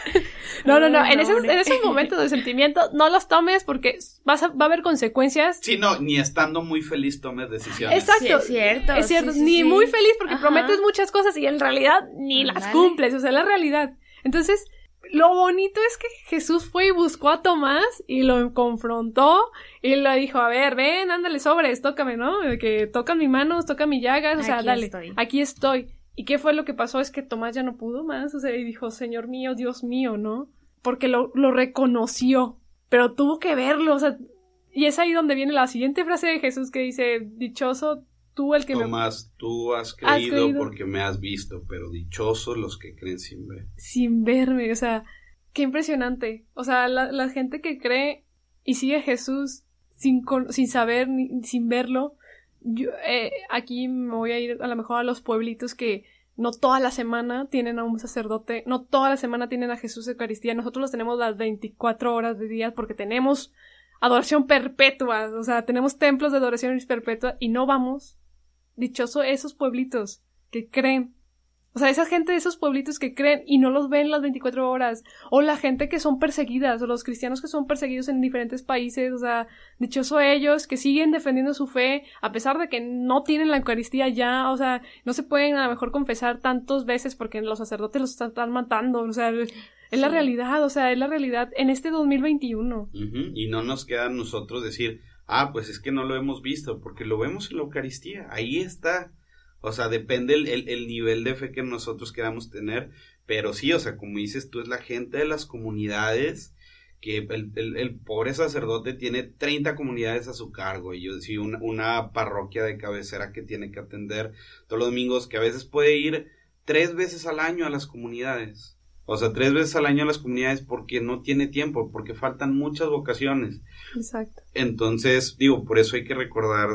No. En esos momentos de sentimiento, no los tomes porque va a haber consecuencias. Sí, no, ni estando muy feliz tomes decisiones. Exacto. Sí, es cierto. Es cierto, sí, ni muy feliz porque Ajá. prometes muchas cosas y en realidad ni las cumples, o sea, la realidad. Entonces, lo bonito es que Jesús fue y buscó a Tomás y lo confrontó y le dijo, a ver, ven, ándale, sobres, tócame, ¿no? De que toca mis manos, toca mis llagas, o sea, Aquí dale, estoy. aquí estoy. ¿Y qué fue lo que pasó? Es que Tomás ya no pudo más, o sea, y dijo, Señor mío, Dios mío, ¿no? Porque lo reconoció, pero tuvo que verlo, o sea, y es ahí donde viene la siguiente frase de Jesús que dice, dichoso tú el que Tomás, tú has creído porque me has visto, pero dichosos los que creen sin ver. Sin verme, o sea, qué impresionante, o sea, la gente que cree y sigue a Jesús sin saber, sin verlo, yo aquí me voy a ir a lo mejor a los pueblitos que no toda la semana tienen a un sacerdote, no toda la semana tienen a Jesús Eucaristía, nosotros los tenemos las 24 horas de día porque tenemos adoración perpetua, o sea, tenemos templos de adoración perpetua y no vamos. Dichoso esos pueblitos que creen. O sea, esa gente de esos pueblitos que creen y no los ven las 24 horas. O la gente que son perseguidas, o los cristianos que son perseguidos en diferentes países. O sea, dichoso ellos que siguen defendiendo su fe a pesar de que no tienen la Eucaristía ya. O sea, no se pueden a lo mejor confesar tantas veces porque los sacerdotes los están matando. O sea, es la realidad, o sea, es la realidad en este 2021. Y no nos queda a nosotros decir, pues es que no lo hemos visto, porque lo vemos en la Eucaristía, ahí está. O sea, depende el nivel de fe que nosotros queramos tener, pero sí, o sea, como dices tú, es la gente de las comunidades, que el pobre sacerdote tiene 30 comunidades a su cargo, y yo sí, una parroquia de cabecera que tiene que atender todos los domingos, que a veces puede ir 3 veces al año a las comunidades. O sea, 3 veces al año a las comunidades porque no tiene tiempo, porque faltan muchas vocaciones. Exacto. Entonces, por eso hay que recordar,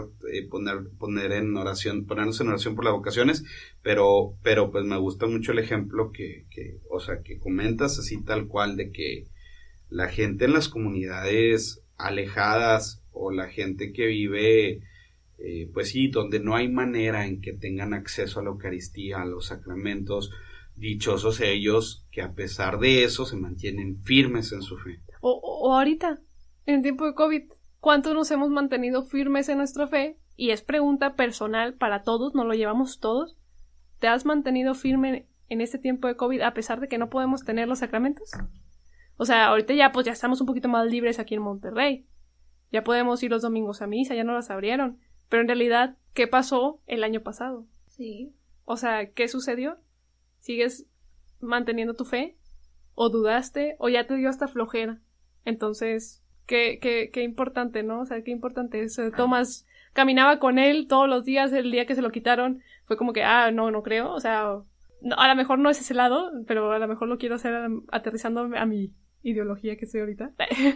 ponernos en oración por las vocaciones, pero pues me gusta mucho el ejemplo que comentas así tal cual, de que la gente en las comunidades alejadas o la gente que vive, pues sí, donde no hay manera en que tengan acceso a la Eucaristía, a los sacramentos, dichosos ellos que a pesar de eso se mantienen firmes en su fe. O ahorita, en el tiempo de COVID, ¿cuántos nos hemos mantenido firmes en nuestra fe? Y es pregunta personal para todos, nos lo llevamos todos. ¿Te has mantenido firme en este tiempo de COVID a pesar de que no podemos tener los sacramentos? O sea, ahorita ya estamos un poquito más libres aquí en Monterrey. Ya podemos ir los domingos a misa, ya no las abrieron. Pero en realidad, ¿qué pasó el año pasado? Sí. O sea, ¿qué sucedió? ¿Sigues manteniendo tu fe? ¿O dudaste? ¿O ya te dio hasta flojera? Entonces, qué importante, ¿no? O sea, qué importante es. Tomás caminaba con él todos los días, el día que se lo quitaron, fue como que, no creo. O sea, no, a lo mejor no es ese lado, pero a lo mejor lo quiero hacer aterrizando a mi ideología que estoy ahorita.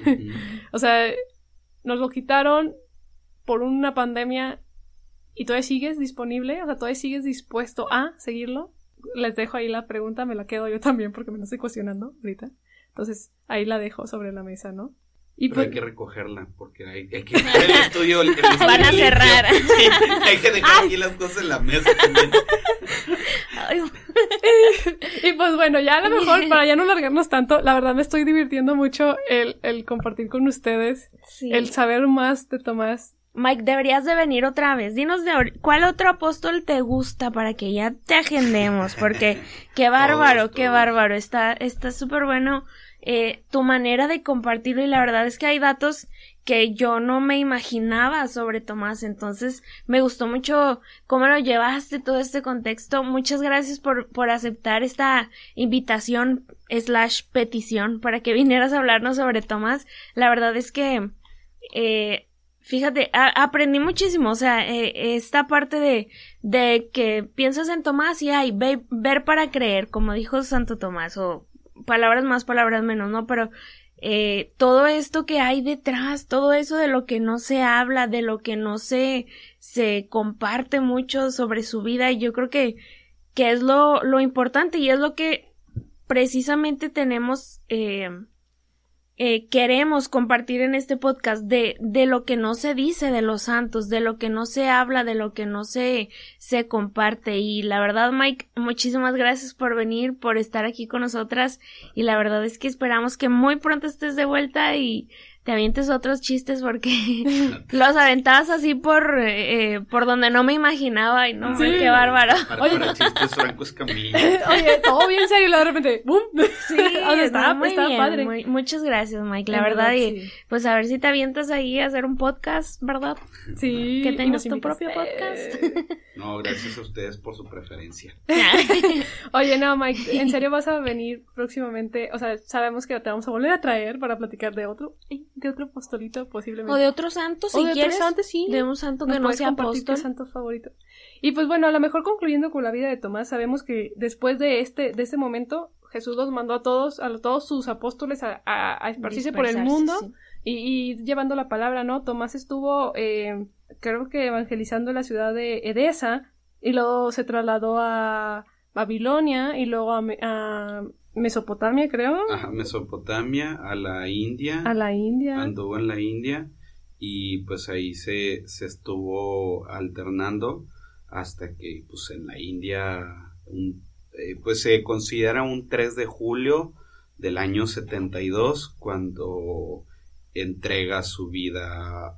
O sea, nos lo quitaron por una pandemia y todavía sigues disponible, o sea, todavía sigues dispuesto a seguirlo. Les dejo ahí la pregunta, me la quedo yo también porque me la estoy cuestionando ahorita. Entonces, ahí la dejo sobre la mesa, ¿no? Y pero hay que recogerla, porque hay que dejar el estudio. Van a cerrar. Sí, hay que dejar aquí las cosas en la mesa también. Y pues bueno, ya a lo mejor, para ya no largarnos tanto, la verdad me estoy divirtiendo mucho el compartir con ustedes, sí. El saber más de Tomás. Mike, deberías de venir otra vez. Dinos ¿cuál otro apóstol te gusta para que ya te agendemos? Porque qué bárbaro, qué bárbaro. Está súper bueno tu manera de compartirlo, y la verdad es que hay datos que yo no me imaginaba sobre Tomás. Entonces me gustó mucho cómo lo llevaste, todo este contexto. Muchas gracias por aceptar esta invitación / petición para que vinieras a hablarnos sobre Tomás. La verdad es que fíjate, aprendí muchísimo, o sea, esta parte de que piensas en Tomás y ver para creer, como dijo Santo Tomás, o palabras más, palabras menos, ¿no? Pero todo esto que hay detrás, todo eso de lo que no se habla, de lo que no se comparte mucho sobre su vida, y yo creo que es lo importante y es lo que precisamente tenemos, queremos compartir en este podcast, de lo que no se dice de los santos, de lo que no se habla, de lo que no se comparte. Y la verdad, Mike, muchísimas gracias por venir, por estar aquí con nosotras, y la verdad es que esperamos que muy pronto estés de vuelta y te avientes otros chistes, porque los aventabas así por donde no me imaginaba, y no, sí. Qué bárbaro. Para chistes Franco Escamilla. Oye, todo bien serio, y luego de repente, ¡bum! Sí, o sea, está muy bien, padre. Muchas gracias, Mike, la verdad, y sí. pues a ver si te avientas ahí a hacer un podcast, ¿verdad? Sí. Que tengas tu propio podcast. No, gracias a ustedes por su preferencia. Oye, no, Mike, ¿en serio vas a venir próximamente? O sea, sabemos que te vamos a volver a traer para platicar de otro apostolito posiblemente. O de otro santo, si o de quieres. otro santo, sí. De un santo que no sea apóstol. Tu santo favorito. Y pues bueno, a lo mejor concluyendo con la vida de Tomás, sabemos que después de este momento, Jesús los mandó a todos sus apóstoles a esparcirse por el mundo, sí. y llevando la palabra, ¿no? Tomás estuvo, creo que evangelizando la ciudad de Edesa, y luego se trasladó a Babilonia, y luego a Mesopotamia, creo. Ajá, Mesopotamia, a la India. Anduvo en la India, y pues ahí se estuvo alternando hasta que pues en la India pues se considera un 3 de julio del año 72 cuando entrega su vida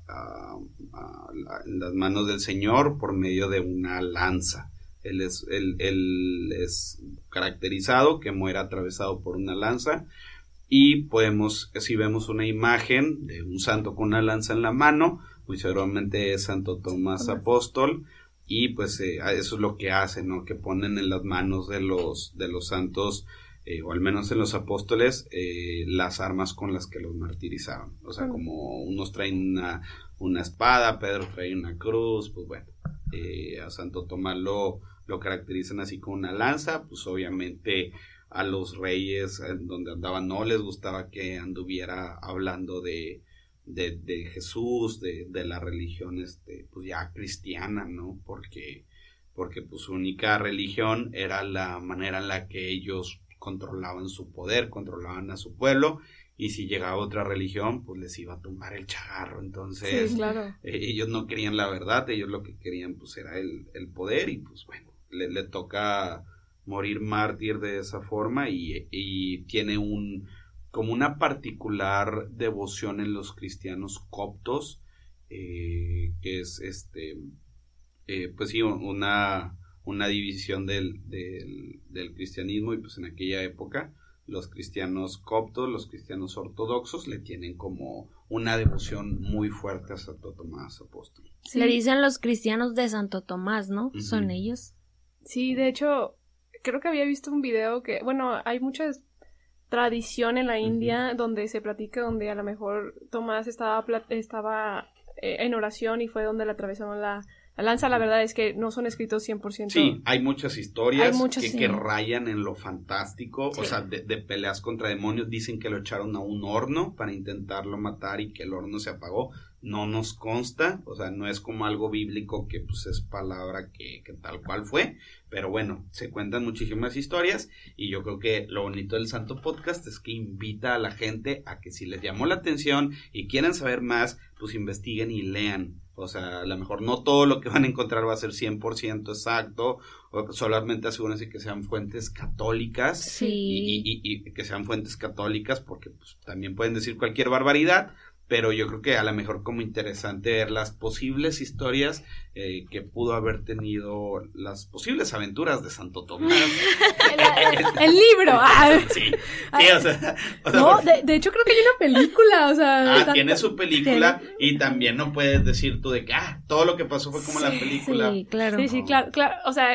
en las manos del Señor por medio de una lanza. Él es caracterizado que muere atravesado por una lanza, y si vemos una imagen de un santo con una lanza en la mano, muy seguramente es Santo Tomás Apóstol, y pues eso es lo que hacen, ¿no? Que ponen en las manos de los santos, o al menos en los apóstoles, las armas con las que los martirizaban. O sea, como unos traen una espada, Pedro trae una cruz, pues bueno, a Santo Tomás lo caracterizan así con una lanza. Pues obviamente a los reyes donde andaban no les gustaba que anduviera hablando de Jesús, de la religión pues ya cristiana, ¿no? Porque pues su única religión era la manera en la que ellos controlaban su poder, controlaban a su pueblo, y si llegaba otra religión pues les iba a tumbar el chagarro. Entonces, sí, claro. Ellos no querían la verdad, ellos lo que querían pues era el poder, y pues bueno, le toca morir mártir de esa forma, y tiene como una particular devoción en los cristianos coptos, que es pues sí, una división del cristianismo, y pues en aquella época los cristianos coptos, los cristianos ortodoxos le tienen como una devoción muy fuerte a Santo Tomás Apóstol. Sí. Le dicen los cristianos de Santo Tomás, ¿no? Uh-huh. ¿Son ellos? Sí, de hecho, creo que había visto un video que, bueno, hay mucha tradición en la India, uh-huh, donde se platica, donde a lo mejor Tomás estaba en oración y fue donde le atravesaron la lanza. La verdad es que no son escritos 100%. Sí, hay muchas historias que rayan en lo fantástico, sí. O sea, de peleas contra demonios. Dicen que lo echaron a un horno para intentarlo matar y que el horno se apagó. No nos consta, o sea, no es como algo bíblico que pues es palabra que tal cual fue, pero bueno, se cuentan muchísimas historias, y yo creo que lo bonito del Santo Podcast es que invita a la gente a que si les llamó la atención y quieren saber más, pues investiguen y lean. O sea, a lo mejor no todo lo que van a encontrar va a ser 100% exacto, o solamente asegúrense que sean fuentes católicas, sí. y que sean fuentes católicas, porque pues también pueden decir cualquier barbaridad. Pero yo creo que a lo mejor como interesante ver las posibles historias que pudo haber tenido, las posibles aventuras de Santo Tomás. el libro. Sí, o sea no, de hecho creo que hay una película, o sea. Tiene su película, y también no puedes decir tú de que todo lo que pasó fue como la película. Sí, claro. Sí, claro, o sea,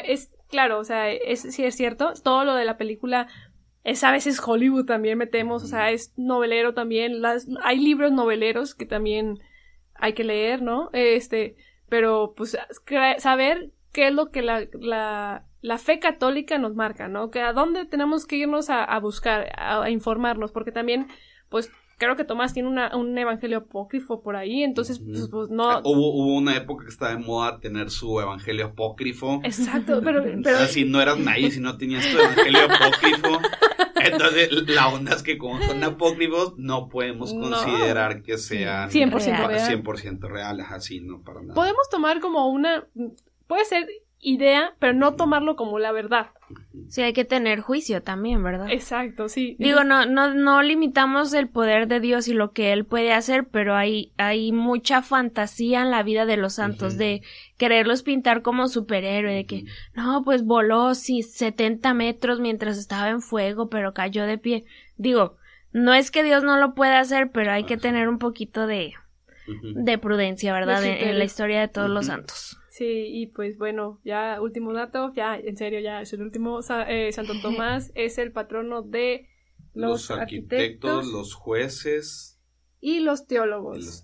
sí es cierto, todo lo de la película. A veces Hollywood también metemos, o sea, es novelero también, hay libros noveleros que también hay que leer, ¿no? Pero pues saber qué es lo que la fe católica nos marca, ¿no? Que a dónde tenemos que irnos a buscar, a informarnos, porque también, pues, creo que Tomás tiene un evangelio apócrifo por ahí, entonces pues no... Hubo una época que estaba de moda tener su evangelio apócrifo. Exacto, pero... O sea, si no eras nadie, si no tenías tu evangelio apócrifo, entonces la onda es que como son apócrifos, no podemos considerar que sean 100% reales, así, no para nada. Podemos tomar como puede ser idea, pero no tomarlo como la verdad. Sí, hay que tener juicio también, ¿verdad? Exacto, sí. Digo, no limitamos el poder de Dios y lo que Él puede hacer, pero hay mucha fantasía en la vida de los santos, de quererlos pintar como superhéroe, de que, no, pues voló 70 metros mientras estaba en fuego, pero cayó de pie. Digo, no es que Dios no lo pueda hacer, pero hay que tener un poquito de prudencia, ¿verdad? En la historia de todos los santos. Sí, y pues bueno, ya último dato, ya en serio, ya es el último. Santo Tomás es el patrono de los arquitectos, los jueces y los teólogos.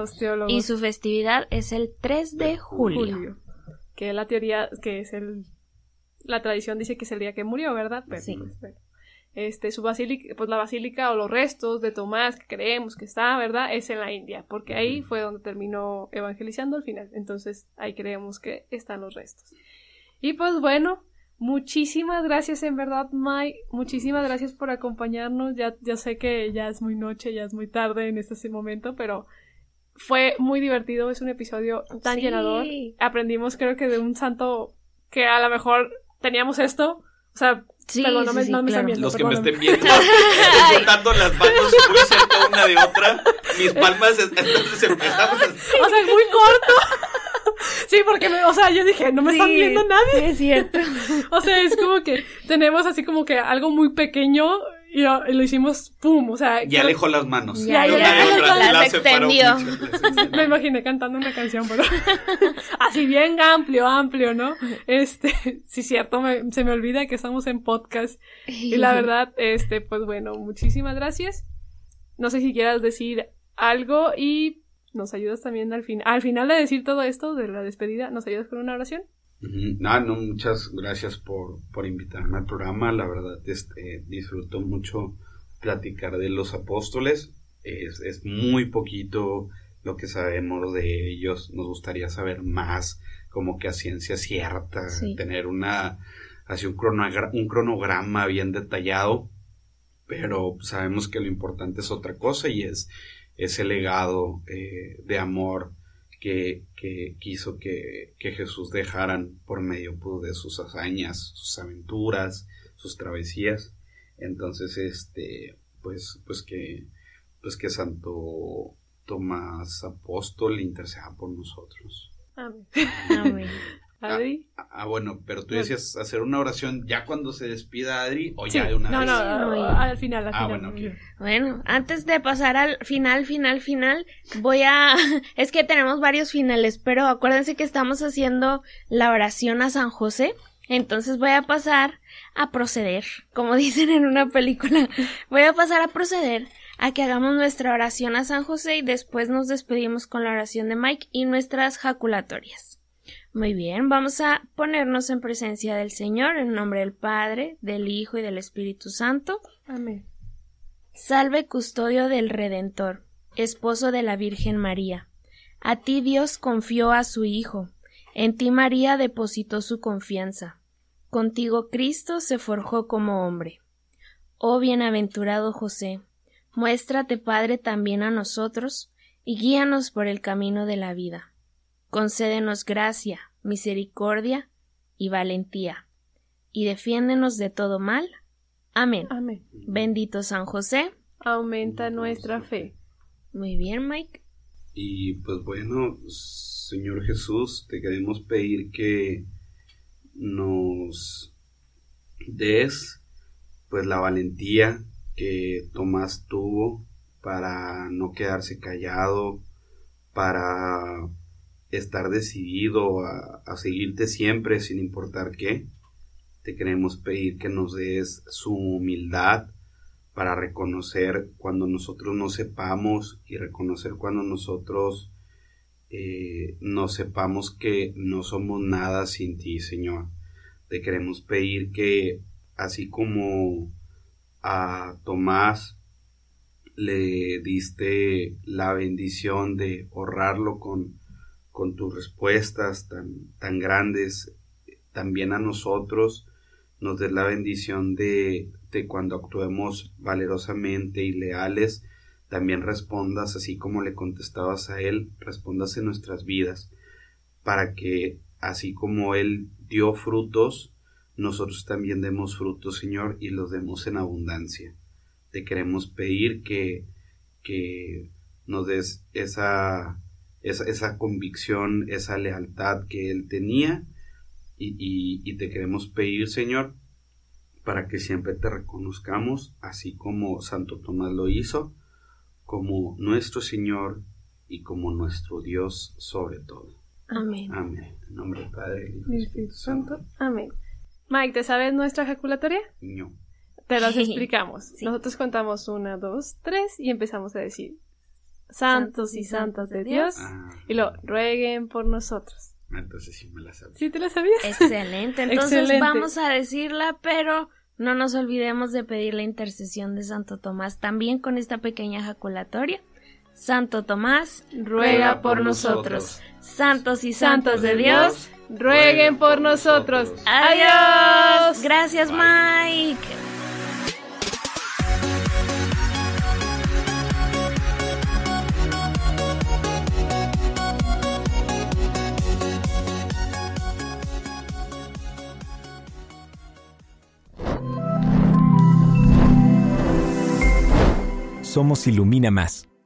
Y su festividad es el 3 de julio. Que la teoría, que es la tradición dice que es el día que murió, ¿verdad? Pero, sí. Pues, bueno. Su basílica, pues la basílica o los restos de Tomás que creemos que está, ¿verdad? Es en la India, porque ahí fue donde terminó evangelizando al final. Entonces, ahí creemos que están los restos. Y pues bueno, muchísimas gracias en verdad, Mike. Muchísimas gracias por acompañarnos. Ya sé que ya es muy noche, ya es muy tarde en este momento, pero fue muy divertido. Es un episodio tan llenador. Aprendimos, creo que de un santo que a lo mejor teníamos esto. O sea, perdón, no me están viendo. Los que me estén viendo, estoy botando las manos muy cerca una de otra. Mis palmas, entonces empezamos a... O sea, es muy corto. Sí, porque, yo dije, no me están viendo nadie. Sí, es cierto. O sea, es como que tenemos así como que algo muy pequeño y lo hicimos, ¡pum! O sea... Ya alejó las manos. Ya las extendió. Me imaginé cantando una canción, pero... así bien amplio, ¿no? Sí, cierto, se me olvida que estamos en podcast. Y la verdad, pues bueno, muchísimas gracias. No sé si quieras decir algo y nos ayudas también al final de decir todo esto, de la despedida, ¿nos ayudas con una oración? No, muchas gracias por invitarme al programa. La verdad, disfruto mucho platicar de los apóstoles. Es muy poquito lo que sabemos de ellos. Nos gustaría saber más, como que a ciencia cierta, tener un cronograma bien detallado, pero sabemos que lo importante es otra cosa y es ese legado de amor que quiso que Jesús dejaran por medio de sus hazañas, sus aventuras, sus travesías. Entonces, pues que Santo Tomás Apóstol interceda por nosotros. Amén. ¿Adri? Bueno, pero tú decías hacer una oración ya cuando se despida Adri o ya de una vez. No, al final. Bueno, okay. Bueno, antes de pasar al final, es que tenemos varios finales, pero acuérdense que estamos haciendo la oración a San José, entonces voy a pasar a proceder, como dicen en una película, a que hagamos nuestra oración a San José y después nos despedimos con la oración de Mike y nuestras jaculatorias. Muy bien, vamos a ponernos en presencia del Señor, en nombre del Padre, del Hijo y del Espíritu Santo. Amén. Salve custodio del Redentor, esposo de la Virgen María. A ti Dios confió a su Hijo, en ti María depositó su confianza. Contigo Cristo se forjó como hombre. Oh bienaventurado José, muéstrate Padre también a nosotros y guíanos por el camino de la vida. Concédenos gracia, misericordia y valentía, y defiéndenos de todo mal. Amén. Amén. Bendito San José, aumenta nuestra fe. Muy bien, Mike. Y pues bueno, Señor Jesús, te queremos pedir que nos des pues la valentía que Tomás tuvo para no quedarse callado, para estar decidido a seguirte siempre sin importar qué. Te queremos pedir que nos des su humildad para reconocer cuando nosotros no sepamos y reconocer cuando nosotros no sepamos que no somos nada sin ti, Señor. Te queremos pedir que así como a Tomás le diste la bendición de honrarlo con tus respuestas tan grandes, también a nosotros nos des la bendición de cuando actuemos valerosamente y leales, también respondas así como le contestabas a él, respondas en nuestras vidas, para que así como él dio frutos, nosotros también demos frutos, Señor, y los demos en abundancia. Te queremos pedir que nos des esa convicción, esa lealtad que él tenía, y te queremos pedir, Señor, para que siempre te reconozcamos, así como Santo Tomás lo hizo, como nuestro Señor y como nuestro Dios sobre todo. Amén. Amén. En nombre del Padre, Hijo y Espíritu Santo. Amén. Mike, ¿te sabes nuestra ejaculatoria? No. Te los explicamos. Sí. Nosotros contamos 1, 2, 3 y empezamos a decir santos y santas de Dios, y lo rueguen por nosotros. Entonces sí me la sabía. ¿Sí te la sabías? Excelente. Entonces Excelente. vamos a decirla, pero no nos olvidemos de pedir la intercesión de Santo Tomás también con esta pequeña ejaculatoria. Santo Tomás, ruega por nosotros. Santos y santas de Dios, rueguen por nosotros. ¡Adiós! Gracias, Mike. Somos Ilumina Más.